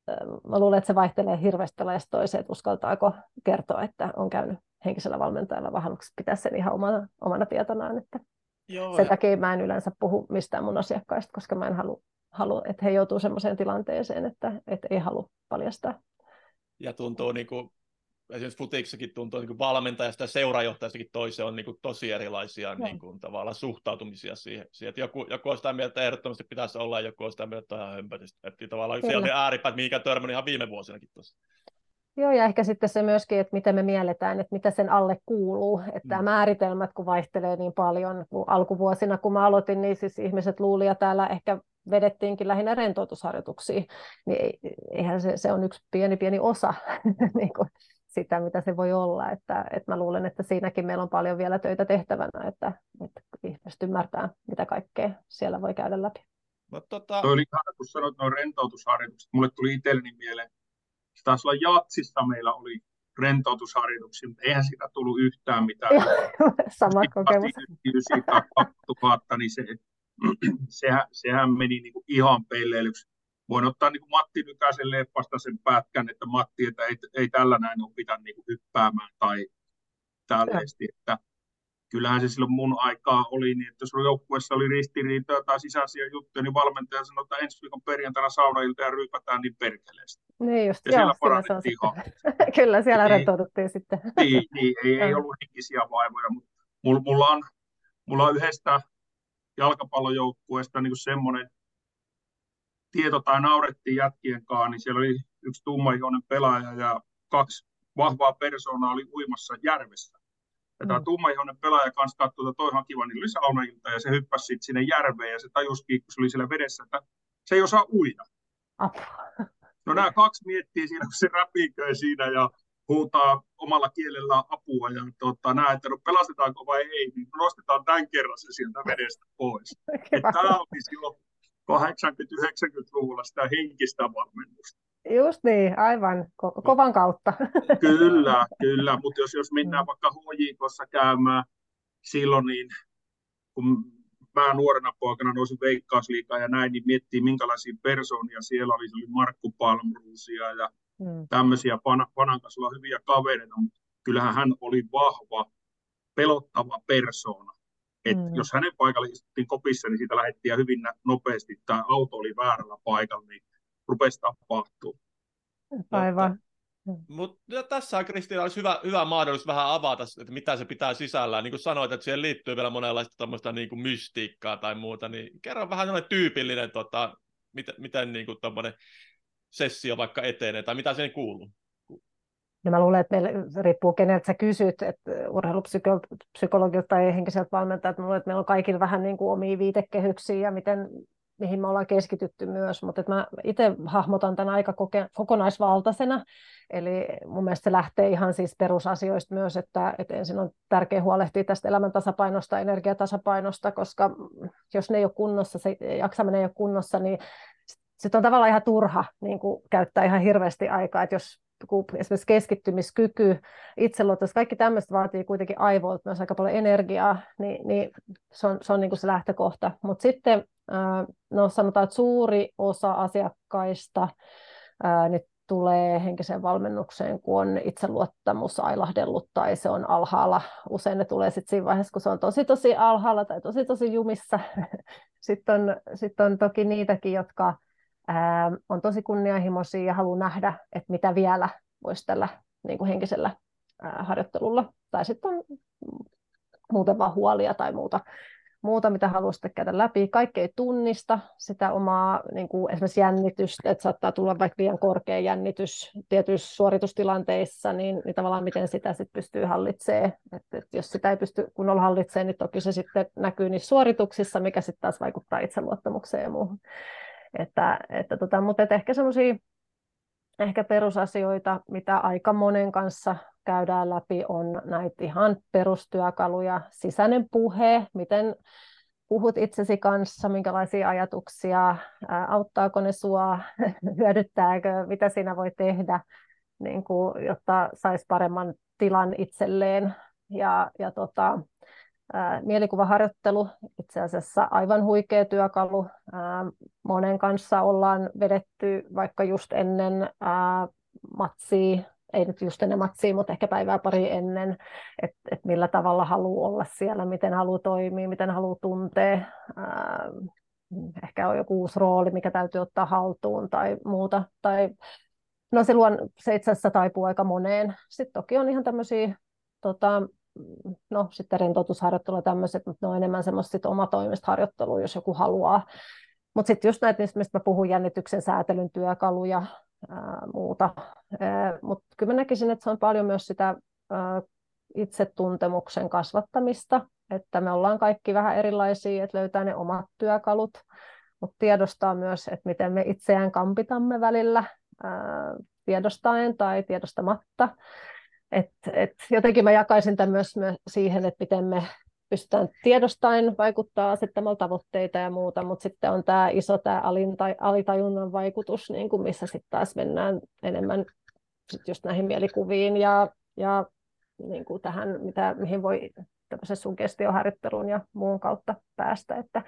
mä luulen, että se vaihtelee hirveästi pelaajasta toiseen, että uskaltaako kertoa, että on käynyt henkisellä valmentajalla, vaan haluatko pitää sen ihan omana, omana tietonaan, että Joo, sen ja... takia mä en yleensä puhu mistään mun asiakkaista, koska mä en halua, halua että he joutuu sellaiseen tilanteeseen, että, että ei halua paljastaa. Ja tuntuu, niin kuin, esimerkiksi futikssakin tuntuu, niin valmentajasta ja seurajohtajastakin toiseen on niin kuin, tosi erilaisia niin kuin, tavallaan suhtautumisia siihen. siihen. Että joku, joku on sitä mieltä, että ehdottomasti pitäisi olla, ja joku on sitä mieltä, että ihan hömpötistä. Että tavallaan Kyllä. siellä on ne ääripäät, mihinkä törmännyt ihan viime vuosinakin tuossa. Joo, ja ehkä sitten se myöskin, että miten me mielletään, että mitä sen alle kuuluu. Että mm. määritelmät, kun vaihtelee niin paljon, kun alkuvuosina, kun mä aloitin, niin siis ihmiset luuli, ja täällä ehkä vedettiinkin lähinnä rentoutusharjoituksia, niin eihän se, se on yksi pieni pieni osa niin kuin sitä, mitä se voi olla. Että, että mä luulen, että siinäkin meillä on paljon vielä töitä tehtävänä, että, että ihmiset ymmärtää, mitä kaikkea siellä voi käydä läpi. No, tota... Toi oli ihana, kun sanoit nuo rentoutusharjoitukset. Mulle tuli itselleni mieleen, se taisi olla Jatsissa meillä oli rentoutusharjoituksia, mutta eihän siitä tullut yhtään mitään. Sama kokemus. kaksituhatta, niin se, sehän, sehän meni niin kuin ihan pelleilyksi. Voin ottaa niin kuin Matti Nykäsen leppasta sen pätkän, että Matti, että ei, ei tällä näin opita niin kuin hyppäämään tai tällaisesti. Että kyllähän se silloin mun aikaa oli, niin että jos joukkueessa oli ristiriitoja tai sisäisiä juttuja, niin valmentaja sanoi, että ensi viikon perjantaina saunailta ja ryypätään niin perkeleesti. Niin just, ja joo, siellä parannettiin sitten. Kyllä, siellä ei, rentouduttiin sitten. Niin, niin ei, ei ollut henkisiä vaivoja, mutta mulla, mulla, on, mulla on yhdestä jalkapallojoukkueesta niin semmoinen tieto, tai naurettiin jätkien kanssa, niin siellä oli yksi tummaihoinen pelaaja ja kaksi vahvaa persoonaa oli uimassa järvessä. Ja tämä tummaihoinen pelaaja kanssa katsoi, että toi ihan kiva, niin oli saunailta, ja se hyppäsi sitten sinne järveen, ja se tajuski, kun se oli siellä vedessä, että se ei osaa uida. No nämä kaksi miettii siinä, kun se räpiköi siinä, ja huutaa omalla kielellään apua, ja tota, näin, että no pelastetaanko vai ei, niin nostetaan tämän kerran se sieltä vedestä pois. Tämä oli silloin kahdeksankymmentä-yhdeksänkymmentäluvulla sitä henkistä valmennusta. Just niin, aivan, Ko- kovan kautta. Kyllä, kyllä, mutta jos, jos mennään vaikka H J K:ssa käymään silloin, niin kun mä nuorena poikana nousin Veikkausliigaan ja näin, niin miettii minkälaisia persoonia siellä oli. Se oli Markku Palmruusia ja mm. tämmöisiä Panan kanssa olla hyviä kavereita, mutta kyllähän hän oli vahva, pelottava persoona. Et mm. jos hänen paikalla istuttiin kopissa, niin siitä lähdettiin hyvin nopeasti, tai auto oli väärällä paikalla, niin rupesi tapahtumaan. Aivan. Mutta tässä on, Kristiina, olisi hyvä, hyvä mahdollisuus vähän avata, että mitä se pitää sisällään. Niin kuin sanoit, että siihen liittyy vielä monenlaista tämmöistä niin kuin mystiikkaa tai muuta, niin kerro vähän sellainen tyypillinen, tota, miten, miten niin kuin tämmöinen sessio vaikka etenee, tai mitä siihen kuuluu? No mä luulen, että meillä riippuu keneltä sä kysyt, että urheilupsykologilta tai henkiseltä valmentajat, mä luulen, että meillä on kaikilla vähän niin kuin omia viitekehyksiä ja miten, mihin me ollaan keskitytty myös, mutta mä itse hahmotan tämän aika koke- kokonaisvaltaisena, eli mun mielestä se lähtee ihan siis perusasioista myös, että, että ensin on tärkeää huolehtia tästä elämän tasapainosta, energiatasapainosta, koska jos ne ei ole kunnossa, se jaksaminen ei ole kunnossa, niin sitten on tavallaan ihan turha niin kuin käyttää ihan hirveästi aikaa, että jos esimerkiksi keskittymiskyky, itseluottamus, kaikki tämmöistä vaatii kuitenkin aivoilta myös aika paljon energiaa, niin, niin se on, se, on niin kuin se lähtökohta. Mutta sitten no sanotaan, että suuri osa asiakkaista ää, nyt tulee henkiseen valmennukseen, kun on itseluottamus ailahdellut tai se on alhaalla. Usein ne tulee sitten siinä vaiheessa, kun se on tosi tosi alhaalla tai tosi tosi jumissa. Sitten on, sitten on toki niitäkin, jotka ää, on tosi kunnianhimoisia ja haluaa nähdä, että mitä vielä voisi tällä niin kuin henkisellä ää, harjoittelulla. Tai sitten on muuten vaan huolia tai muuta. Muuta, mitä haluaa sitten käydä läpi. Kaikki ei tunnista sitä omaa niin kuin esimerkiksi jännitystä, että saattaa tulla vaikka liian korkea jännitys tietyissä suoritustilanteissa, niin, niin tavallaan miten sitä sitten pystyy hallitsemaan. Että, että jos sitä ei pysty kunnolla hallitsemaan, niin toki se sitten näkyy niissä suorituksissa, mikä sitten taas vaikuttaa itseluottamukseen ja muuhun. Että, että tota, mutta että ehkä semmoisia ehkä perusasioita, mitä aika monen kanssa käydään läpi, on näitä ihan perustyökaluja, sisäinen puhe, miten puhut itsesi kanssa, minkälaisia ajatuksia, ää, auttaako ne sua, hyödyttääkö, mitä siinä voi tehdä, niin kuin, jotta saisi paremman tilan itselleen. Ja, ja tota, ää, mielikuvaharjoittelu, itse asiassa aivan huikea työkalu. Ää, monen kanssa ollaan vedetty vaikka just ennen ää, matsia, ei nyt just ennen matsia, mutta ehkä päivää pari ennen, että et millä tavalla haluaa olla siellä, miten haluaa toimia, miten haluaa tuntea. Ää, ehkä on joku uusi rooli, mikä täytyy ottaa haltuun tai muuta. Tai, no se, luon, se itse asiassa taipuu aika moneen. Sitten toki on ihan tämmöisiä, tota, no sitten rentoutusharjoittelua tämmöiset, mutta ne on enemmän semmoista omatoimista harjoittelua, jos joku haluaa. Mutta sitten just näitä, mistä mä puhun, jännityksen säätelyn työkaluja, ää, muuta. Mutta kyllä mä näkisin, että se on paljon myös sitä ää, itsetuntemuksen kasvattamista, että me ollaan kaikki vähän erilaisia, että löytää ne omat työkalut, mutta tiedostaa myös, että miten me itseään kampitamme välillä ää, tiedostaen tai tiedostamatta. Et, et jotenkin mä jakaisin tämän myös, myös siihen, että miten me pystytään tiedostaen vaikuttaa asettamalla tavoitteita ja muuta, mutta sitten on tämä iso tämä alitajunnan vaikutus, niin kuin missä sitten taas mennään enemmän sit just näihin mielikuviin ja, ja niin kuin tähän, mitä, mihin voi tämmöisen suggestioharjoittelun ja muun kautta päästä. Että,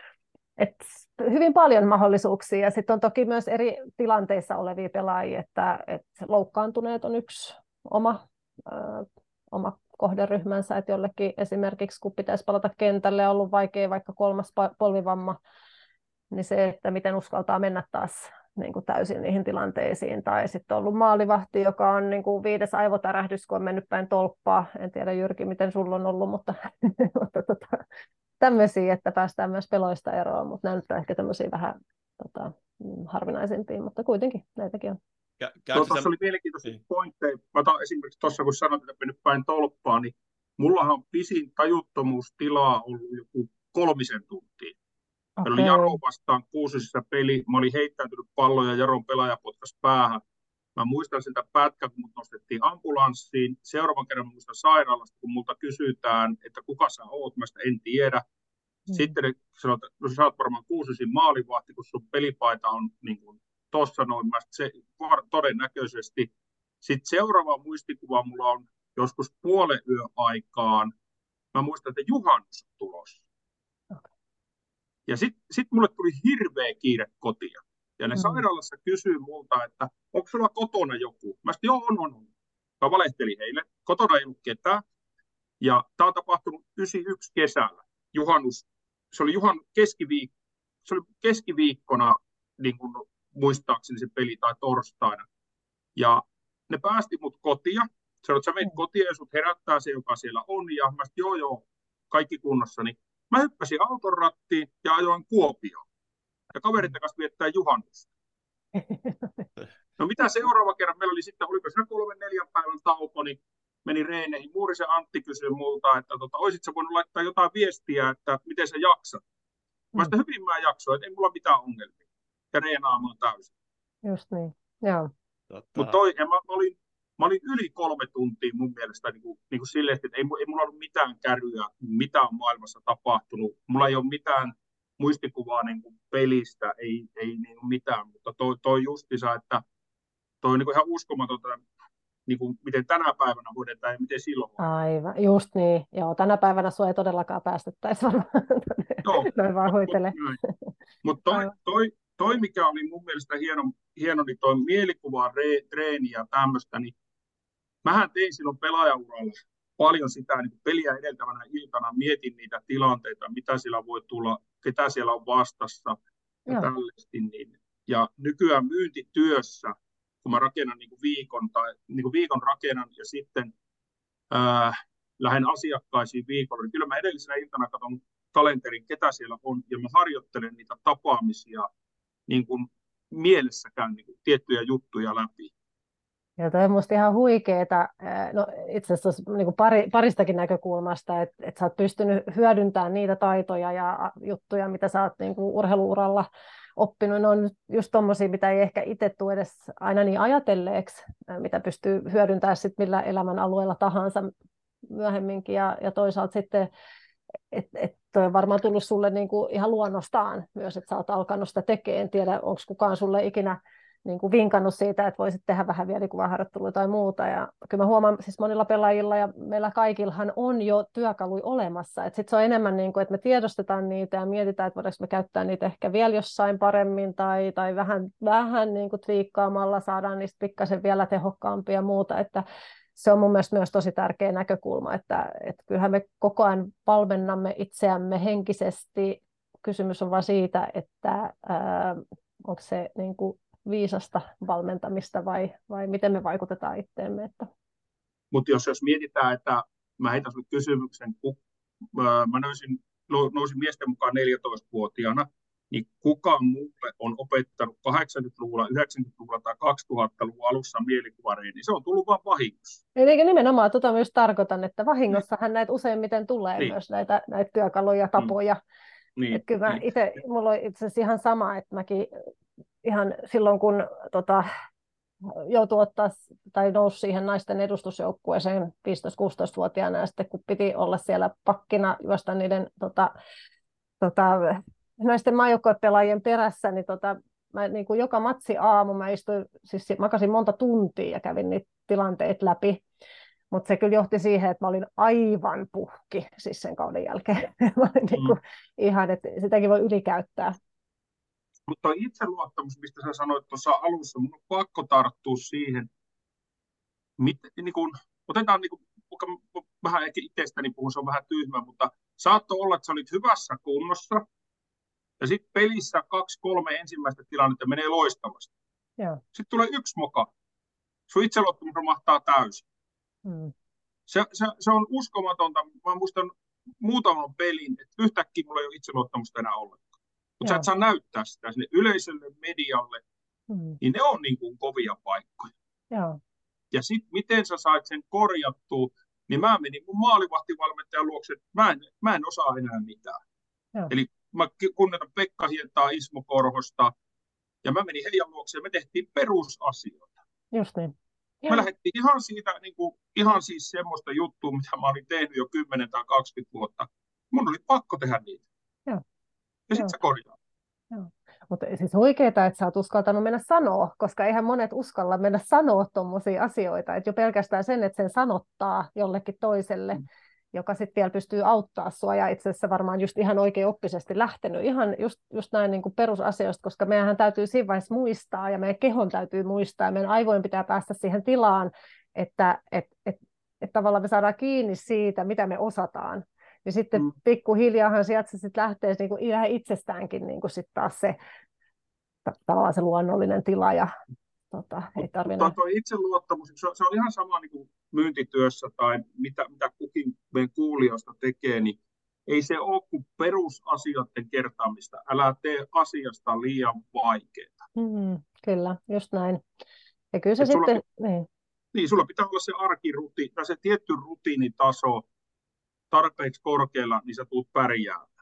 et hyvin paljon mahdollisuuksia ja sitten on toki myös eri tilanteissa olevia pelaajia, että, että loukkaantuneet on yksi oma, ö, oma kohderyhmänsä, että jollekin esimerkiksi kun pitäisi palata kentälle ja ollut vaikea vaikka kolmas polvivamma, niin se, että miten uskaltaa mennä taas niin kuin täysin niihin tilanteisiin. Tai sitten on ollut maalivahti, joka on niin kuin viides aivotärähdys, kun on mennyt päin tolppaa. En tiedä Jyrki, miten sulla on ollut, mutta, mutta tota, tämmöisiä, että päästään myös peloista eroon, mutta nämä nyt on ehkä tämmöisiä vähän tota, harvinaisempia, mutta kuitenkin näitäkin on. No, tuossa oli mielenkiintoisia pointteja. Mä otan esimerkiksi tuossa, kun sanoit, että mennyt päin tolppaa, niin mullahan on pisin tajuttomuustilaa ollut joku kolmisen tuntia. Okay. Meillä oli Jaro vastaan Kuusisissa peli. Mä olin heittäytynyt pallon ja Jaron pelaaja potkas päähän. Mä muistan sitä pätkää, kun mut nostettiin ambulanssiin. Seuraavan kerran muistan sairaalasta, kun multa kysytään, että kuka sä oot. Mä sitä en tiedä. Mm. Sitten ne sanoo, että no, sä oot varmaan Kuusisin maalivahti, kun sun pelipaita on niin kuin tuossa noin. Mä se todennäköisesti. Sitten seuraava muistikuva mulla on joskus puolen yön aikaan. Mä muistan, että juhannus on tulossa. Okay. Ja sitten sit mulle tuli hirveä kiire kotia. Ja ne mm. sairaalassa kysyy multa, että onko sulla kotona joku? Mä sanoin, joo, on, on, on. Mä valehtelin heille. Kotona ei ollut ketään. Ja tämä on tapahtunut yhdeksänkymmentäyksi kesällä. Juhannus, se oli, juhan, keskiviik- se oli keskiviikkona, niin kuin muistaakseni se peli, tai torstaina. Ja ne päästi mut kotia. Sanoit, että sä menet kotiin ja sut herättää se, joka siellä on. Ja mä sanoin, joo, joo, kaikki kunnossa. Niin mä hyppäsin auton rattiin ja ajoin Kuopioon. Ja kavereiden kanssa viettää juhannusta. No mitä seuraava kerran? Meillä oli sitten, oliko siinä kolmen neljän päivän tauko, niin meni reeneihin. Muurisen Antti kysyi multa, että tota, oisit sä voinut laittaa jotain viestiä, että miten sä jaksat. Mä sitä hyvin mä jaksoin, että ei mulla mitään ongelmia. Ja reenaamaan täysin. Just niin, joo. Mutta mä, mä, olin, mä olin yli kolme tuntia mun mielestä niin kuin, niin kuin silleen, että ei, ei mulla ollut mitään käryä, mitä on maailmassa tapahtunut. Mulla ei ole mitään muistikuvaa niin kuin pelistä, ei, ei niin kuin mitään, mutta toi, toi justiinsa, että toi on niin kuin ihan uskomatonta, niin kuin miten tänä päivänä hoidetaan ja miten silloin hoidetaan. Aivan, just niin. Joo, tänä päivänä sua ei todellakaan päästettäisi varmaan. Noin vaan hoitele. Mutta toi, toi, toi, mikä oli mun mielestä hieno, hieno niin toi mielikuva, treeni ja tämmöistä, niin mähän tein silloin pelaajauralla paljon sitä niin peliä edeltävänä iltana, mietin niitä tilanteita, mitä siellä voi tulla, ketä siellä on vastassa ja tällaisesti. Niin. Ja nykyään myyntityössä, kun mä rakennan niin kuin viikon tai niin kuin viikon rakennan ja sitten ää, lähden asiakkaisiin viikolla, niin kyllä mä edellisenä iltana katson kalenterin, ketä siellä on, ja mä harjoittelen niitä tapaamisia niin kuin mielessäkään niin kuin tiettyjä juttuja läpi. Ja toi on musta ihan huikeeta, no itse asiassa niin kuin pari, paristakin näkökulmasta, että, että sä oot pystynyt hyödyntämään niitä taitoja ja juttuja, mitä sä oot niin kuin urheiluuralla oppinut. Ne on just tommosia, mitä ei ehkä itse tule edes aina niin ajatelleeksi, mitä pystyy hyödyntämään sitten millä elämän alueella tahansa myöhemminkin. Ja, ja toisaalta sitten, että et toi on varmaan tullut sulle niin kuin ihan luonnostaan myös, että sä oot alkanut sitä tekemään. En tiedä, onko kukaan sulle ikinä niin kuin vinkannut siitä, että voisit tehdä vähän mielikuvaharjoittelua tai muuta. Ja kyllä mä huomaan, siis monilla pelaajilla ja meillä kaikillahan on jo työkaluja olemassa. Sitten se on enemmän niin kuin, että me tiedostetaan niitä ja mietitään, että voidaanko me käyttää niitä ehkä vielä jossain paremmin tai, tai vähän, vähän niin kuin twiikkaamalla saadaan niistä pikkasen vielä tehokkaampia ja muuta. Että se on mun mielestä myös tosi tärkeä näkökulma, että, että kyllähän me koko ajan valmennamme itseämme henkisesti. Kysymys on vaan siitä, että ää, onko se niin kuin viisasta valmentamista vai, vai miten me vaikutetaan itseemme. Että... Mutta jos, jos mietitään, että mä heitän sinulle kysymyksen, kun mä nousin, nousin miesten mukaan neljätoistavuotiaana, niin kuka mulle on opettanut kahdeksankymmentäluvulla, yhdeksänkymmentäluvulla tai kaksituhattaluvun alussa mielikuvareeni, niin se on tullut vaan vahingossa. Eli nimenomaan tuota myös tarkoitan, että vahingossahan näitä useimmiten tulee Niin. myös näitä, näitä työkaluja, tapoja. Niin. Että kyllä mä Niin. itse, mulla on itse asiassa ihan sama, että mäkin ihan silloin, kun tota, joutui ottaa tai nousi siihen naisten edustusjoukkueeseen viisitoista-kuusitoista-vuotiaana ja sitten kun piti olla siellä pakkina juosta niiden tota, tota, naisten maajoukkuepelaajien perässä, niin tota, mä niin kuin joka matsi aamu mä istuin, siis makasin monta tuntia ja kävin niitä tilanteita läpi. Mutta se kyllä johti siihen, että mä olin aivan puhki siis sen kauden jälkeen. Mä olin niin kuin, ihan, että sitäkin voi ylikäyttää. Mutta itseluottamus, mistä sä sanoit tuossa alussa, mun on pakko tarttua siihen. Mit, niin kun, otetaan, niin kun, vähän ehkä itsestäni puhun, se on vähän tyhmä, mutta saattoi olla, että sä olit hyvässä kunnossa, ja sitten pelissä kaksi, kolme ensimmäistä tilannetta menee loistavasti. Joo. Sitten tulee yksi moka. Sun itseluottamus romahtaa täysin. Hmm. Se, se, se on uskomatonta. Mä muistan muutaman pelin, että yhtäkkiä mulla ei ole itseluottamusta enää ollenkaan. Mutta sä et saa näyttää sitä sinne yleisölle, medialle, hmm. niin ne on niin kuin kovia paikkoja. Joo. Ja sitten miten sä sait sen korjattua, niin mä menin mun maalivahtivalmentajan luokse, että mä en, mä en osaa enää mitään. Joo. Eli mä kunnetan Pekka Hientaa, Ismo Korhosta, ja mä menin heidän luokseen, ja me tehtiin perusasioita. Just niin. Me lähdettiin ihan siitä, niin kuin, ihan siis semmoista juttua, mitä mä olin tehnyt jo kymmenen tai kaksikymmentä vuotta. Mun oli pakko tehdä niitä. Joo. Ja sitten se korjaa. Joo. Mutta siis oikeaa, että sä oot uskaltanut mennä sanoa, koska eihän monet uskalla mennä sanoa tuommoisia asioita. Että jo pelkästään sen, että sen sanottaa jollekin toiselle, mm. joka sitten vielä pystyy auttaa sua, ja itse asiassa varmaan just ihan oikein oppisesti lähtenyt ihan just, just näin niin kuin perusasioista, koska meidän täytyy siinä vaiheessa muistaa, ja meidän kehon täytyy muistaa, ja meidän aivojen pitää päästä siihen tilaan, että et, et, et tavallaan me saadaan kiinni siitä, mitä me osataan. Ja sitten mm. pikkuhiljaahan sieltä se sitten lähtee niin kuin ihan itsestäänkin niin kuin sit taas se, tavallaan se luonnollinen tila, ja Tota, ei Mutta tuo itseluottamus, se on, se on ihan sama niin kuin myyntityössä tai mitä, mitä kukin meidän kuulijoista tekee, niin ei se ole kuin perusasioiden kertaamista. Älä tee asiasta liian vaikeaa. Mm, kyllä, just näin. Ja kyllä se Et sitten... Sulla, niin. niin, sulla pitää olla se arkiruti, tai se tietty rutiinitaso tarpeeksi korkealla, niin sä tulet pärjäämään.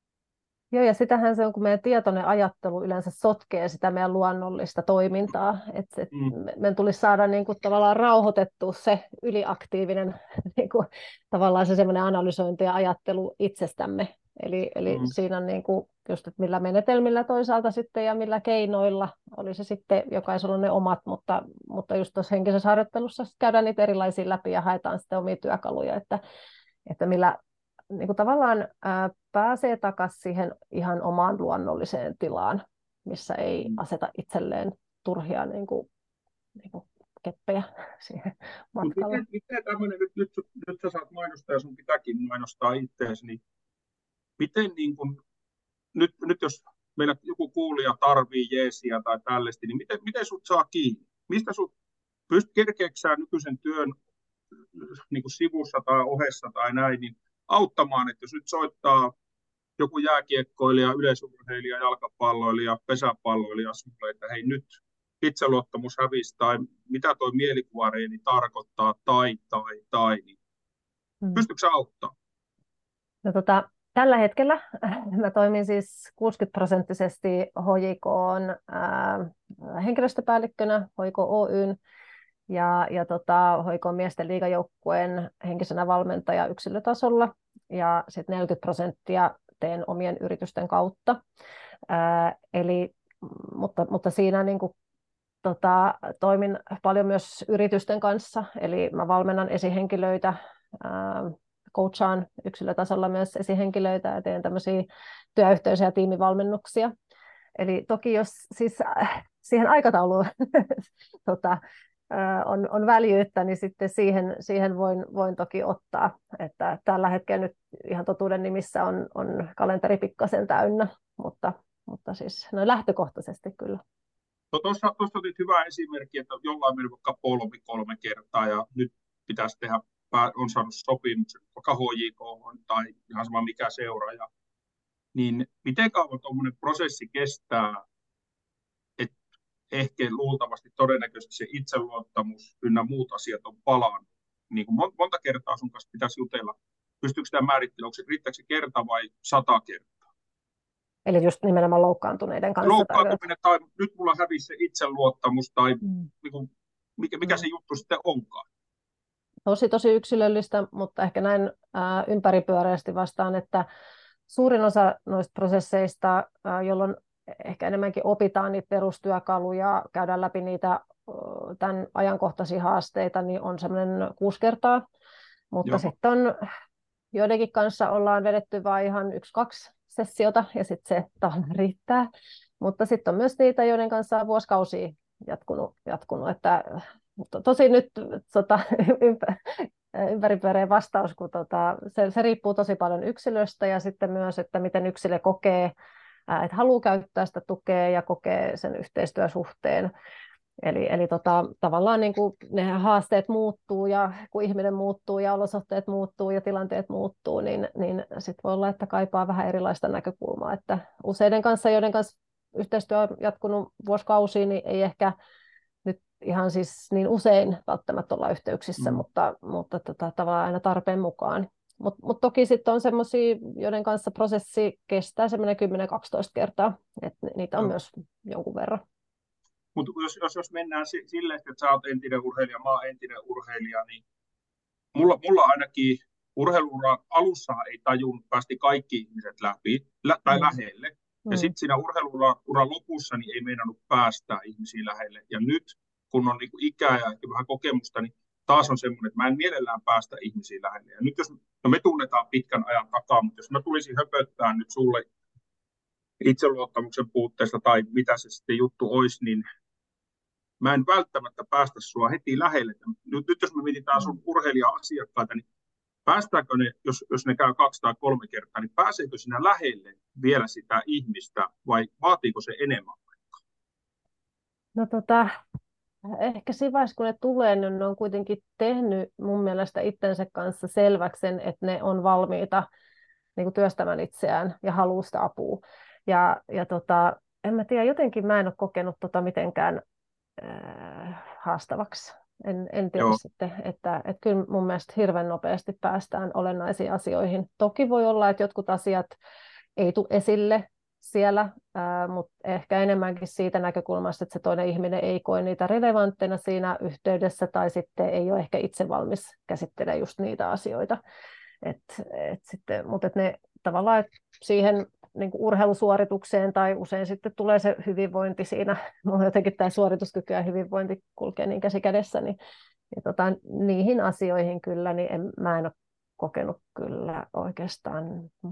Joo, ja sitähän se on, kun meidän tietoinen ajattelu yleensä sotkee sitä meidän luonnollista toimintaa. Että et mm. meidän tulisi saada niin kuin, tavallaan rauhoitettua se yliaktiivinen niin kuin, tavallaan se semmoinen analysointi ja ajattelu itsestämme. Eli, eli mm. siinä on niin kuin, just, että millä menetelmillä toisaalta sitten ja millä keinoilla, oli se sitten jokaisella ne omat, mutta, mutta just tuossa henkisessä harjoittelussa käydään niitä erilaisia läpi ja haetaan sitten omia työkaluja, että, että millä niin kuin tavallaan ää, pääsee takaisin siihen ihan omaan luonnolliseen tilaan, missä ei aseta itselleen turhia niin kuin, niin kuin keppejä siihen matkalla. Miten, miten tämmöinen, nyt, nyt, nyt sä saat mainostaa ja sun pitääkin mainostaa itseäsi, niin miten niin kuin, nyt, nyt jos meillä joku kuulija tarvii jeesiä tai tällaista, niin miten, miten sut saa kiinni? Mistä sut pystyt kerkeäksään nykyisen työn niin kuin sivussa tai ohessa tai näin, niin auttamaan, että jos nyt soittaa joku jääkiekkoilija, yleisurheilija, jalkapalloilija, pesäpalloilija sinulle, että hei nyt itseluottamus hävisi tai mitä toi mielikuvareeni tarkoittaa tai, tai, tai, niin hmm. pystytkö sä auttamaan? No, tota, tällä hetkellä mä toimin siis kuusikymmentä prosenttisesti H J K:n ää, henkilöstöpäällikkönä, H J K Oyn, ja, ja tota, H J K:n miesten liigajoukkueen henkisenä valmentaja yksilötasolla, ja sitten neljäkymmentä prosenttia teen omien yritysten kautta. Ää, eli, mutta, mutta siinä niin kuin, tota, toimin paljon myös yritysten kanssa, eli mä valmennan esihenkilöitä, ää, coachaan yksilötasolla myös esihenkilöitä ja teen tämmöisiä työyhteisö- ja tiimivalmennuksia. Eli toki jos siis siihen aikatauluun tota, on, on väljyyttä, niin sitten siihen, siihen voin, voin toki ottaa. Että tällä hetkellä nyt ihan totuuden nimissä on, on kalenteri pikkasen täynnä, mutta, mutta siis noin lähtökohtaisesti kyllä. No tuossa, tuossa otit hyvä esimerkki, että jollain meni vaikka polvi kolme kertaa ja nyt pitäisi tehdä, on saanut sopimuksen vaikka H J K tai ihan sama mikä seuraaja. Niin miten kauan tuommoinen prosessi kestää, että ehkä luultavasti todennäköisesti se itseluottamus ynnä muut asiat on palannut. Niin kuin monta kertaa sun kanssa pitäisi jutella. Pystyykö sitä määrittelemään, onko se, riittääkö se kerta vai sata kertaa? Eli just nimenomaan loukkaantuneiden kanssa. Loukkaantuminen tai nyt mulla hävisi se itseluottamus tai mm. niin kuin, mikä, mikä mm. se juttu sitten onkaan. Tosi, tosi yksilöllistä, mutta ehkä näin ää, ympäripyöreästi vastaan, että suurin osa noista prosesseista, ää, jolloin ehkä enemmänkin opitaan niitä perustyökaluja, käydään läpi niitä tämän ajankohtaisia haasteita, niin on semmoinen kuusi kertaa. Mutta sitten on joidenkin kanssa ollaan vedetty vain ihan yksi, kaksi sessiota, ja sitten se tahna riittää. Mutta sitten on myös niitä, joiden kanssa on vuosikausia jatkunut, jatkunut että tosi nyt tota, ympä, ympäripyöreä vastaus, kun tota, se, se riippuu tosi paljon yksilöstä ja sitten myös, että miten yksilö kokee, että haluaa käyttää sitä tukea ja kokee sen yhteistyösuhteen. Eli, eli tota, tavallaan niin kuin ne haasteet muuttuu ja kun ihminen muuttuu ja olosuhteet muuttuu ja tilanteet muuttuu, niin, niin sitten voi olla, että kaipaa vähän erilaista näkökulmaa. Että useiden kanssa, joiden kanssa yhteistyö on jatkunut vuosikausia, niin ei ehkä nyt ihan siis niin usein välttämättä olla yhteyksissä, mm. mutta, mutta tota, tavallaan aina tarpeen mukaan. Mutta mut toki sitten on semmoisia, joiden kanssa prosessi kestää semmoinen kymmenen kaksitoista kertaa, että niitä on no. myös jonkun verran. Mutta jos, jos, jos mennään silleen, että sä oot entinen urheilija, mä oon entinen urheilija, niin mulla, mulla ainakin urheiluura alussa ei tajunnut, päästi kaikki ihmiset läpi lä, tai mm. lähelle. Ja mm. sitten siinä urheiluuran lopussa niin ei meinannut päästää ihmisiä lähelle. Ja nyt, kun on niinku ikää ja ehkä vähän kokemusta, niin taas on semmoinen, että mä en mielellään päästä ihmisiä lähelle. Ja nyt jos, no me tunnetaan pitkän ajan takaa, mutta jos mä tulisin höpöttää nyt sulle itseluottamuksen puutteesta tai mitä se sitten juttu olisi, niin mä en välttämättä päästä sua heti lähelle. Nyt, nyt jos me mietitään sun urheilija-asiakkaita, niin päästäänkö ne, jos, jos ne käy kaksi tai kolme kertaa, niin pääseekö sinä lähelle vielä sitä ihmistä vai vaatiiko se enemmän? No tota, ehkä siinä vaiheessa, kun ne tulee, niin ne on kuitenkin tehnyt mun mielestä itsensä kanssa selväksi sen, että ne on valmiita niin kuin työstämään itseään ja haluaa sitä apua. Ja, ja tota, en mä tiedä, jotenkin mä en ole kokenut tota mitenkään äh, haastavaksi. En, en tiedä Joo. sitten, että, että kyllä mun mielestä hirveän nopeasti päästään olennaisiin asioihin. Toki voi olla, että jotkut asiat ei tule esille siellä, ää, mutta ehkä enemmänkin siitä näkökulmasta, että se toinen ihminen ei koe niitä relevantteina siinä yhteydessä tai sitten ei ole ehkä itse valmis käsittelemään just niitä asioita. Et, et sitten, mutta et ne tavallaan et siihen niin kuin urheilusuoritukseen tai usein sitten tulee se hyvinvointi siinä, mulla on jotenkin tämä suorituskyky ja hyvinvointi kulkee niin käsi kädessä, niin ja tota, niihin asioihin kyllä, niin en, mä en ole kokenut kyllä oikeastaan,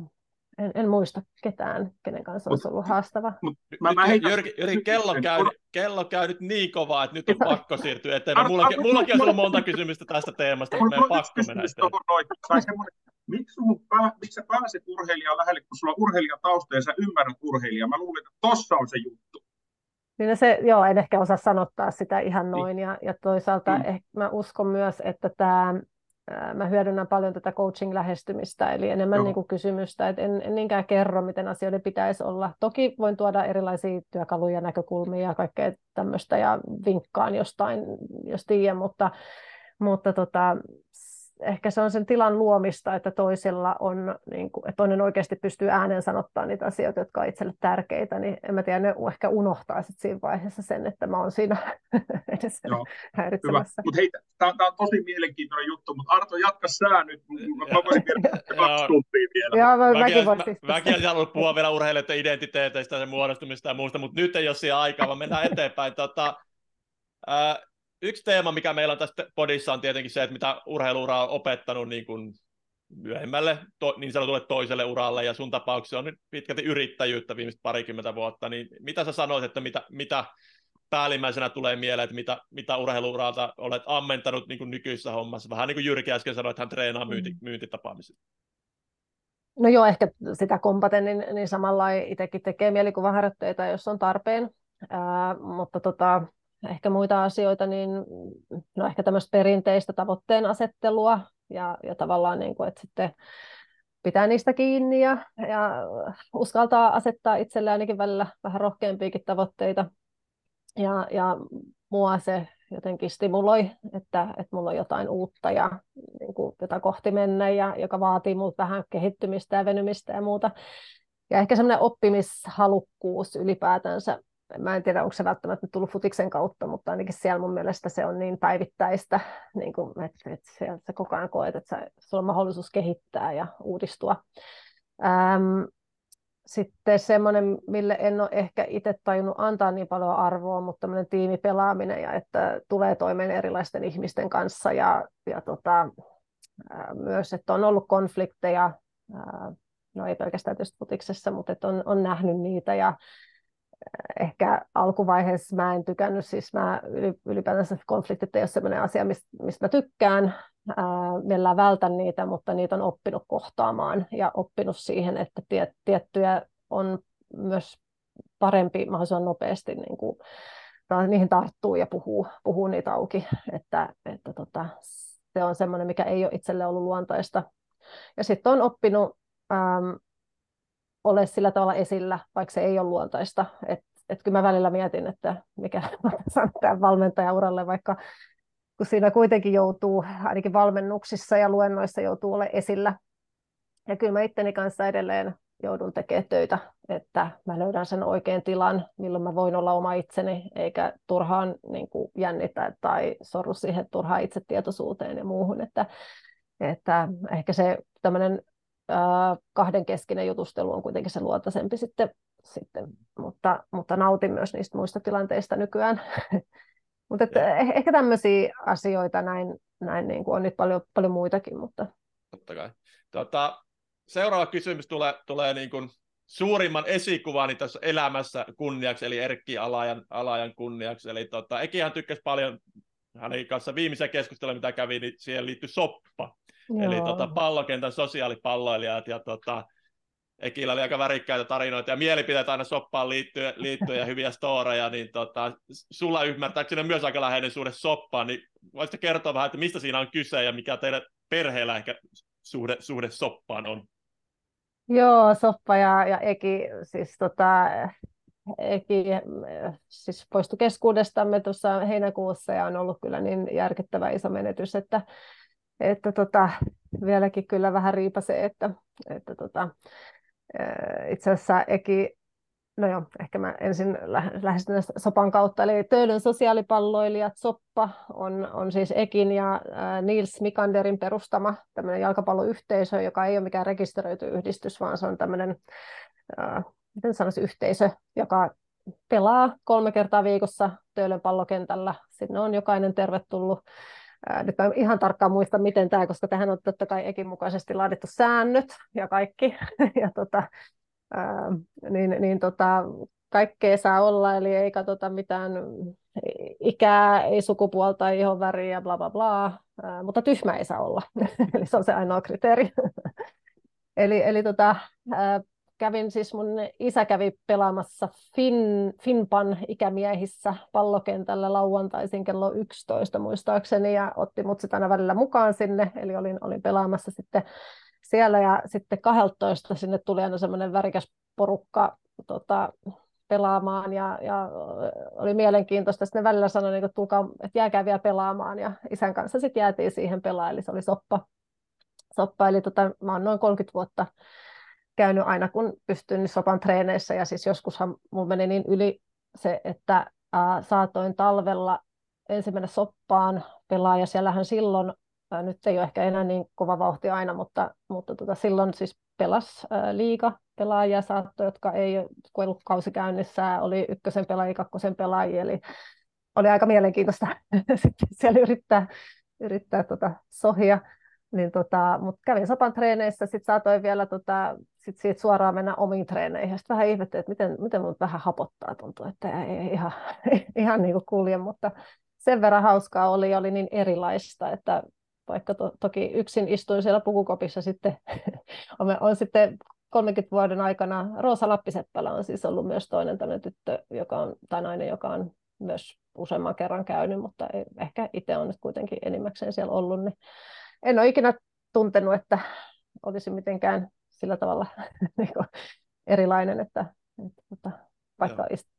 en, en muista ketään, kenen kanssa olisi ollut haastava. Mut, mä, mä heitän... Jyrki, Jyrki kello, käy, kello käy nyt niin kovaa, että nyt on pakko siirtyä eteenpäin. Mullakin, mullakin on ollut monta kysymystä tästä teemasta, mutta meidän pakko mennä eteenpäin. Miksi, pää, miksi sä pääset urheilijaa lähelle, kun sulla on urheilijatausta ja sä ymmärrät urheilijaa? Mä luulen, että tossa on se juttu. Niin se, joo, en ehkä osaa sanottaa sitä ihan noin. Niin. Ja, ja toisaalta mm. ehkä mä uskon myös, että tämä, mä hyödynnän paljon tätä coaching-lähestymistä, eli enemmän niin kuin kysymystä, että en, en niinkään kerro, miten asioiden pitäisi olla. Toki voin tuoda erilaisia työkaluja, näkökulmia ja kaikkea tämmöistä ja vinkkaan jostain, jos tiedän, mutta, mutta tota, ehkä se on sen tilan luomista, että toisella on, niin kuin, että toinen oikeasti pystyy ääneen sanottaa niitä asioita, jotka on itselle tärkeitä, niin en mä tiedä, ne ehkä unohtaa sit siinä vaiheessa sen, että mä oon siinä edessä häiritsemässä. Mutta hei, tämä on tosi mielenkiintoinen juttu, mutta Arto, jatka sä nyt, mä voisin vielä kaksi tuntia vielä. Joo, mä, mäkin voisin. Mäkin olisin halunnut puhua vielä urheilijoiden identiteeteistä ja muodostumista ja muusta, mutta nyt ei ole siihen aikaa, vaan mennään eteenpäin. Tota, äh, Yksi teema, mikä meillä on tässä podissa, on tietenkin se, että mitä urheiluura on opettanut niin kuin myöhemmälle to, niin sanotulle toiselle uralle, ja sun tapauksessa on nyt pitkälti yrittäjyyttä viimeiset parikymmentä vuotta, niin mitä sä sanoisit, että mitä, mitä päällimmäisenä tulee mieleen, että mitä, mitä urheiluuralta olet ammentanut niin kuin nykyisessä hommassa? Vähän niin kuin Jyrki äsken sanoi, että hän treenaa myynti, mm. myyntitapaamisia. No joo, ehkä sitä kompaten, niin, niin samalla itsekin tekee mielikuvaharjoitteita, jos on tarpeen, Ää, mutta tota, ehkä muita asioita, niin no ehkä tämmöistä perinteistä tavoitteen asettelua ja, ja tavallaan niin kuin, että sitten pitää niistä kiinni ja, ja uskaltaa asettaa itselle ainakin välillä vähän rohkeampiakin tavoitteita. ja, ja mua se jotenkin stimuloi, että, että mulla on jotain uutta ja niin kuin, jota kohti mennä, ja joka vaatii multa vähän kehittymistä ja venymistä ja muuta. Ja ehkä semmoinen oppimishalukkuus ylipäätänsä. Mä en tiedä, onko se välttämättä tullut futiksen kautta, mutta ainakin siellä mun mielestä se on niin päivittäistä, niin kuin, että, että siellä sä koko ajan koet, että sä, sulla on mahdollisuus kehittää ja uudistua. Ähm, Sitten semmoinen, mille en ole ehkä itse tajunnut antaa niin paljon arvoa, mutta tämmöinen tiimipelaaminen ja että tulee toimeen erilaisten ihmisten kanssa ja, ja tota, ää, myös, että on ollut konflikteja, ää, no ei pelkästään tietysti futiksessa, mutta että on, on nähnyt niitä ja ehkä alkuvaiheessa mä en tykännyt, siis mä ylipäätänsä konfliktit ei ole sellainen asia, mistä, mistä mä tykkään, ää, mielellään vältän niitä, mutta niitä on oppinut kohtaamaan ja oppinut siihen, että tiet, tiettyjä on myös parempi mahdollisimman nopeasti niin kuin, niihin tarttuu ja puhuu, puhuu niitä auki, että, että tota, se on semmoinen, mikä ei ole itselle ollut luontaista. Ja sitten on oppinut äm, ole sillä tavalla esillä, vaikka se ei ole luontaista. Että et kyllä mä välillä mietin, että mikä on tämän valmentajauralle, vaikka kun siinä kuitenkin joutuu, ainakin valmennuksissa ja luennoissa joutuu olemaan esillä. Ja kyllä mä itteni kanssa edelleen joudun tekemään töitä, että mä löydän sen oikean tilan, milloin mä voin olla oma itseni, eikä turhaan niin kuin jännitä tai sorru siihen turhaan itsetietoisuuteen ja muuhun. Että, että ehkä se tämmöinen kahdenkeskinen jutustelu on kuitenkin se luontaisempi sitten, sitten mutta, mutta nautin myös niistä muista tilanteista nykyään. Mutta ehkä tämmöisiä asioita näin, näin niin kuin on nyt paljon, paljon muitakin. Mutta... Totta kai. Tota, seuraava kysymys tulee, tulee niin kuin suurimman esikuvani tässä elämässä kunniaksi, eli Erkki Alajan, Alajan kunniaksi. Eli tota, Ekihän tykkäsi paljon hänen kanssa viimeisen keskustelun, mitä kävi, niin siihen liittyi soppa. Joo. Eli tota, pallokentän sosiaalipalloilijat, ja tota, Ekillä oli aika värikkäitä tarinoita ja mielipiteitä aina soppaan liittyen, liittyen ja hyviä storeja, niin tota, sulla ymmärtääkseni on myös aika läheinen suhde soppaan, niin voisitko kertoa vähän, että mistä siinä on kyse ja mikä teidän perheellä ehkä suhde, suhde soppaan on? Joo, Soppa ja, ja Eki, siis tota, Eki siis poistui keskuudestamme tuossa heinäkuussa ja on ollut kyllä niin järkyttävä iso menetys, että, että tota, vieläkin kyllä vähän riipasee, että, että tota, itse asiassa Eki, no joo, ehkä mä ensin lähestyn Sopan kautta, eli Töölön sosiaalipalloilijat Soppa on, on siis Ekin ja Nils Mikanderin perustama tämmöinen jalkapalloyhteisö, joka ei ole mikään rekisteröity yhdistys, vaan se on tämmöinen, äh, miten sanoisi, yhteisö, joka pelaa kolme kertaa viikossa Töölön pallokentällä. Sinne on jokainen tervetullut. Äh, nyt mä en ihan tarkkaan muista, miten tämä, koska tähän on totta kai Ekin mukaisesti laadittu säännöt ja kaikki. ja tota, Äh, niin, niin tota, kaikkea saa olla, eli ei katsota mitään ikää, ei sukupuolta, ei ihonväriä, bla bla bla, äh, mutta tyhmä ei saa olla, eli se on se ainoa kriteeri. eli eli tota, äh, kävin siis, mun isä kävi pelaamassa fin, Finpan ikämiehissä pallokentällä lauantaisin kello yksitoista muistaakseni, ja otti mut sitten aina välillä mukaan sinne, eli olin, olin pelaamassa sitten siellä, ja sitten kaksitoista sinne tuli aina semmoinen värikäs porukka tota, pelaamaan, ja, ja oli mielenkiintoista. Sitten ne välillä sanoi, niin että, tulkaa, että jääkää vielä pelaamaan, ja isän kanssa sitten jäätiin siihen pelaamaan, eli se oli soppa. soppa eli tota, mä oon noin kolmekymmentä vuotta käynyt aina, kun pystyn Sopan treeneissä, ja siis joskushan mulla meni niin yli se, että ää, saatoin talvella ensin mennä Soppaan pelaa, ja siellähän silloin, nyt ei ole ehkä enää niin kova vauhti aina, mutta, mutta tota, silloin siis pelasi ää, liiga pelaajia saattoi, jotka ei ollut kausi käynnissä, oli ykkösen pelaajia, kakkosen pelaajia, eli oli aika mielenkiintoista sitten siellä yrittää, yrittää tota, sohia. Niin tota, mutta kävin Sopan treeneissä, sitten saatoin vielä tota, sit siitä suoraan mennä omiin treeneihin. Sitten vähän ihmettelin, että miten, miten minut vähän hapottaa, tuntuu, että ei, ei ihan, ihan niin kuin kulje, mutta sen verran hauskaa oli, oli niin erilaista, että vaikka to, toki yksin istuin siellä pukukopissa sitten, on, on sitten kolmenkymmenen vuoden aikana, Roosa Lappiseppälä on siis ollut myös toinen tämmöinen tyttö, joka on, tai nainen, joka on myös useamman kerran käynyt, mutta ei, ehkä itse on nyt kuitenkin enimmäkseen siellä ollut, niin en ole ikinä tuntenut, että olisi mitenkään sillä tavalla niin kuin erilainen, että, että, että vaikka ist,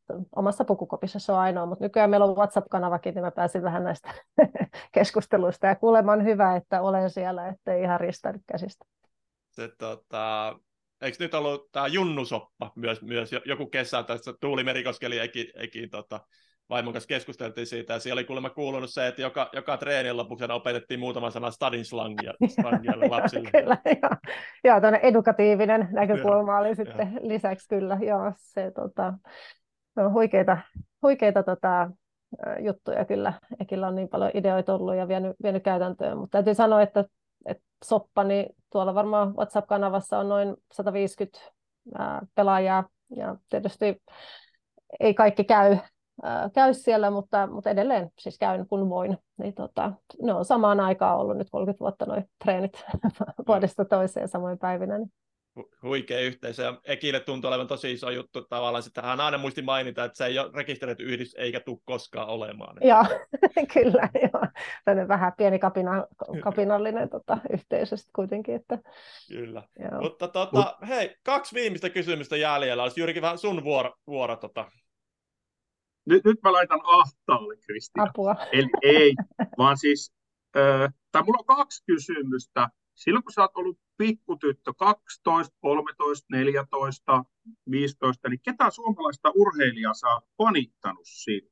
omassa pukukopissa se on ainoa, mutta nykyään meillä on WhatsApp-kanavakin, niin mä pääsin vähän näistä keskusteluista, ja kuulemma on hyvä, että olen siellä, ettei ihan ristänyt käsistä. Se, tota, eikö nyt ollut tämä Junnusoppa myös, myös joku kesä, tässä Tuuli Merikoskeli ekin, ekin tota, vaimon kanssa keskusteltiin siitä, ja siellä oli kuulemma kuulunut se, että joka, joka treenin lopuksi opetettiin muutama sana stadin slangia, slangia lapsille. Kyllä, joo. Joo, tuonne edukatiivinen näkökulma oli sitten ja. lisäksi kyllä, joo, se tota, no, huikeita, huikeita tota, juttuja kyllä, Ekillä on niin paljon ideoita ollut ja vienyt, vienyt käytäntöön, mutta täytyy sanoa, että, että soppa, niin tuolla varmaan WhatsApp-kanavassa on noin sata viisikymmentä ää, pelaajaa, ja tietysti ei kaikki käy, ää, käy siellä, mutta, mutta edelleen siis käyn kun voin, niin tota, ne on samaan aikaan ollut nyt kolmekymmentä vuotta noin treenit vuodesta toiseen samoin päivinä. Niin. Huikea yhteisö, ja Ekille tuntuu olevan tosi iso juttu tavallaan. Sitten hän aina muisti mainita, että se ei ole rekisteröity yhdistys eikä tule koskaan olemaan. Joo, kyllä, joo. Tällainen vähän pieni kapina, kapinallinen tota, yhteisö kuitenkin. Että, kyllä, joo. mutta tota, hei, kaksi viimeistä kysymystä jäljellä. Olisi Jyrki vähän sun vuoro. vuoro tota. nyt, nyt mä laitan ahtaalle, Kristiina. Apua. Eli ei, vaan siis, äh, tai mulla on kaksi kysymystä. Silloin kun sä oot ollut pikkutyttö, kaksitoista, kolmetoista, neljätoista, viisitoista, niin ketä suomalaista urheilijaa sä oot fanittanut siinä?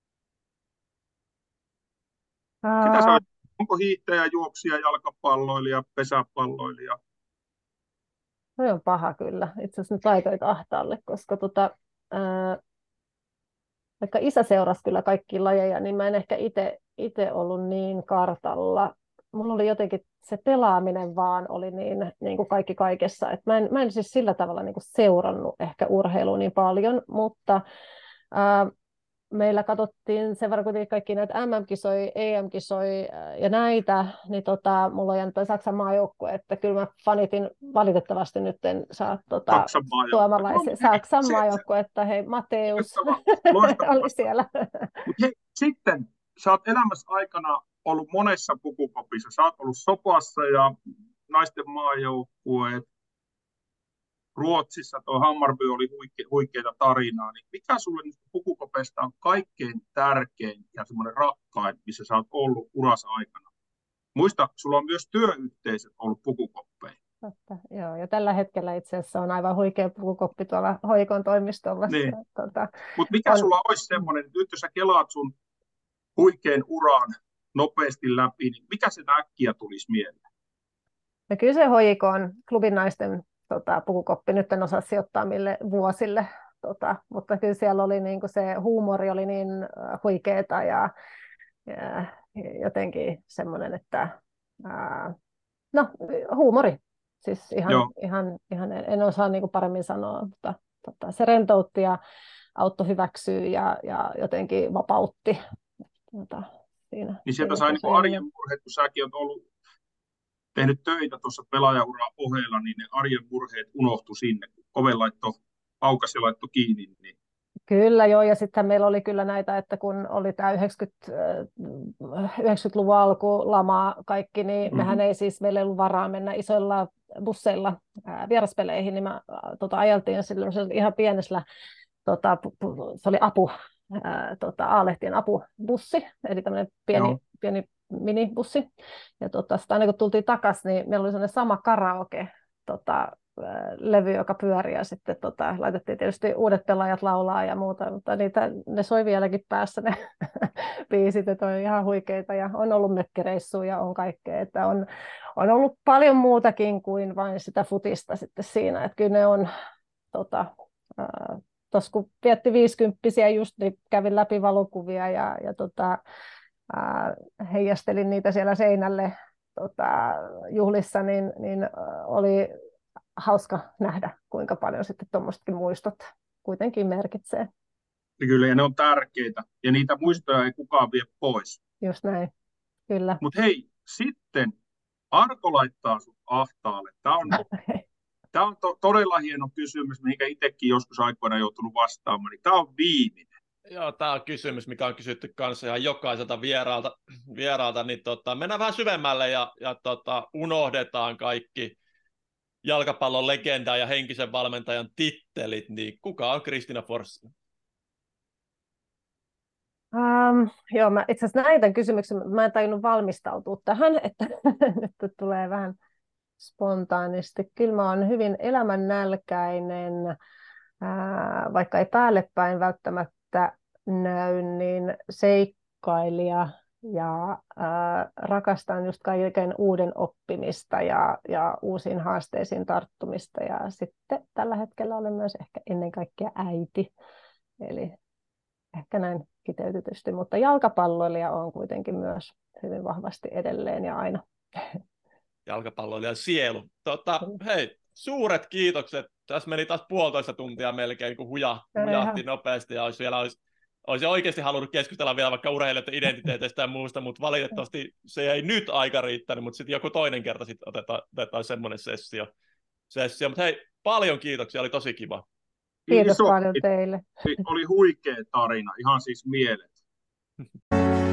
Ää... Ketä sä oot, onko hiihtäjä, juoksija, jalkapalloilija, pesäpalloilija? Se on paha kyllä. Itse asiassa nyt laitoit ahtaalle, koska tota, ää... vaikka isä seurasi kyllä kaikki lajeja, niin mä en ehkä itse ollut niin kartalla. Mulla oli jotenkin se pelaaminen vaan oli niin, niin kuin kaikki kaikessa. Et mä, en, mä en siis sillä tavalla niin kuin seurannut ehkä urheilua niin paljon, mutta ää, meillä katsottiin sen verran kuitenkin kaikki näitä M M-kisoja, E M-kisoja ja näitä, niin tota, mulla on jäänyt toi Saksan maajoukkue, että kyllä mä fanitin valitettavasti nyt en saa tota, Saksan suomalaisia Saksan maajoukkue, että hei Mateus oli siellä. Mut hei, sitten sä oot elämässä aikana ollut monessa pukukopissa. Sä oot ollut Sopassa ja naisten maajoukkueet. Ruotsissa tuo Hammarby oli huike, huikeita tarinaa. Niin mikä sulle pukukopesta on kaikkein tärkein ja semmoinen rakkain, missä sä oot ollut urassa aikana? Muista, sulla on myös työyhteisöt ollut pukukoppeja. Totta, joo. Ja tällä hetkellä itse asiassa on aivan huikea pukukoppi tuolla Hoikon toimistolla. Niin. Tota, Mutta mikä on... sulla olisi semmoinen, nyt jos sä kelaat sun huikean uran nopeasti läpi, niin mikä se äkkiä tulisi mieleen? No kyllä se Hoikon klubin naisten tota, pukukoppi, nyt en osaa sijoittaa mille vuosille, tota, mutta kyllä siellä oli niinku se huumori oli niin huikeeta ja, ja jotenkin semmoinen, että ää, no huumori, siis ihan, ihan, ihan en, en osaa niinku paremmin sanoa, mutta tota, se rentoutti ja auttoi hyväksyä ja, ja jotenkin vapautti. Tota, siinä, niin sieltä sai niin arjen murheet, kun säkin olet ollut tehnyt töitä tuossa pelaajauraan ohella, niin ne arjen murheet unohtu sinne, kun Kove laitto, aukasi ja laittoi kiinni. Niin... Kyllä joo, ja sitten meillä oli kyllä näitä, että kun oli tämä yhdeksänkymmentäluvun alku, lama, kaikki, niin mm-hmm. mehän ei siis, meillä ei ollut varaa mennä isoilla busseilla ää, vieraspeleihin, niin me tota, ajeltiin silloin ihan pienessä, tota, se oli apu, ää, tota, A-lehtien apubussi, eli tämmöinen pieni, pieni minibussi. Ja tota, sitten aina kun tultiin takaisin, niin meillä oli sellainen sama karaoke, tota, levy, joka pyöri, ja sitten tota, laitettiin tietysti uudet pelaajat laulaa ja muuta, mutta niitä, ne soi vieläkin päässä ne biisit, että on ihan huikeita, ja on ollut mökkireissuja ja on kaikkea, että on, on ollut paljon muutakin kuin vain sitä futista sitten siinä, että kyllä ne on, tota, ää, tuossa kun vietti viisikymppisiä just, niin kävin läpi valokuvia, ja, ja tota, ää, heijastelin niitä siellä seinälle tota, juhlissa, niin, niin oli hauska nähdä, kuinka paljon sitten tuommoisetkin muistot kuitenkin merkitsee. Kyllä, ja ne on tärkeitä, ja niitä muistoja ei kukaan vie pois. Just näin, kyllä. Mutta hei, sitten Arko laittaa sut ahtaalle. Tämä on, tämä on to, todella hieno kysymys, mihinkä itsekin joskus aikoina joutunut vastaamaan. Niin tämä on viimeinen. Joo, tämä on kysymys, mikä on kysytty kanssa ihan jokaiselta vieraalta, vieraalta niin tota, mennään vähän syvemmälle ja, ja tota, unohdetaan kaikki jalkapallon legenda ja henkisen valmentajan tittelit, niin kuka on Kristiina Forssell? Um, joo, mä itse asiassa näin tämän kysymyksen, mä en tajunnut valmistautua tähän, että nyt tulee vähän spontaanisti. Kyllä mä oon hyvin elämännälkäinen, ää, vaikka ei päälle päin välttämättä näy, niin seikkailija ja ää, rakastan just kaiken uuden oppimista ja, ja uusiin haasteisiin tarttumista. Ja sitten tällä hetkellä olen myös ehkä ennen kaikkea äiti, eli ehkä näin kiteytetysti, mutta jalkapalloilija on kuitenkin myös hyvin vahvasti edelleen ja aina. Jalkapalloilija sielu. Tota, hei, suuret kiitokset. Tässä meni taas puolitoista tuntia melkein, kun huja, hujahti nopeasti ja olisi vielä olisi, olisi oikeasti halunnut keskustella vielä vaikka urheilijoiden identiteeteistä ja muusta, mutta valitettavasti se ei nyt aika riittänyt, mutta sitten joku toinen kerta sitten otetaan, otetaan semmoinen sessio. sessio. Mutta hei, paljon kiitoksia, oli tosi kiva. Kiitos Iso, paljon teille. Oli huikea tarina, ihan siis mielet.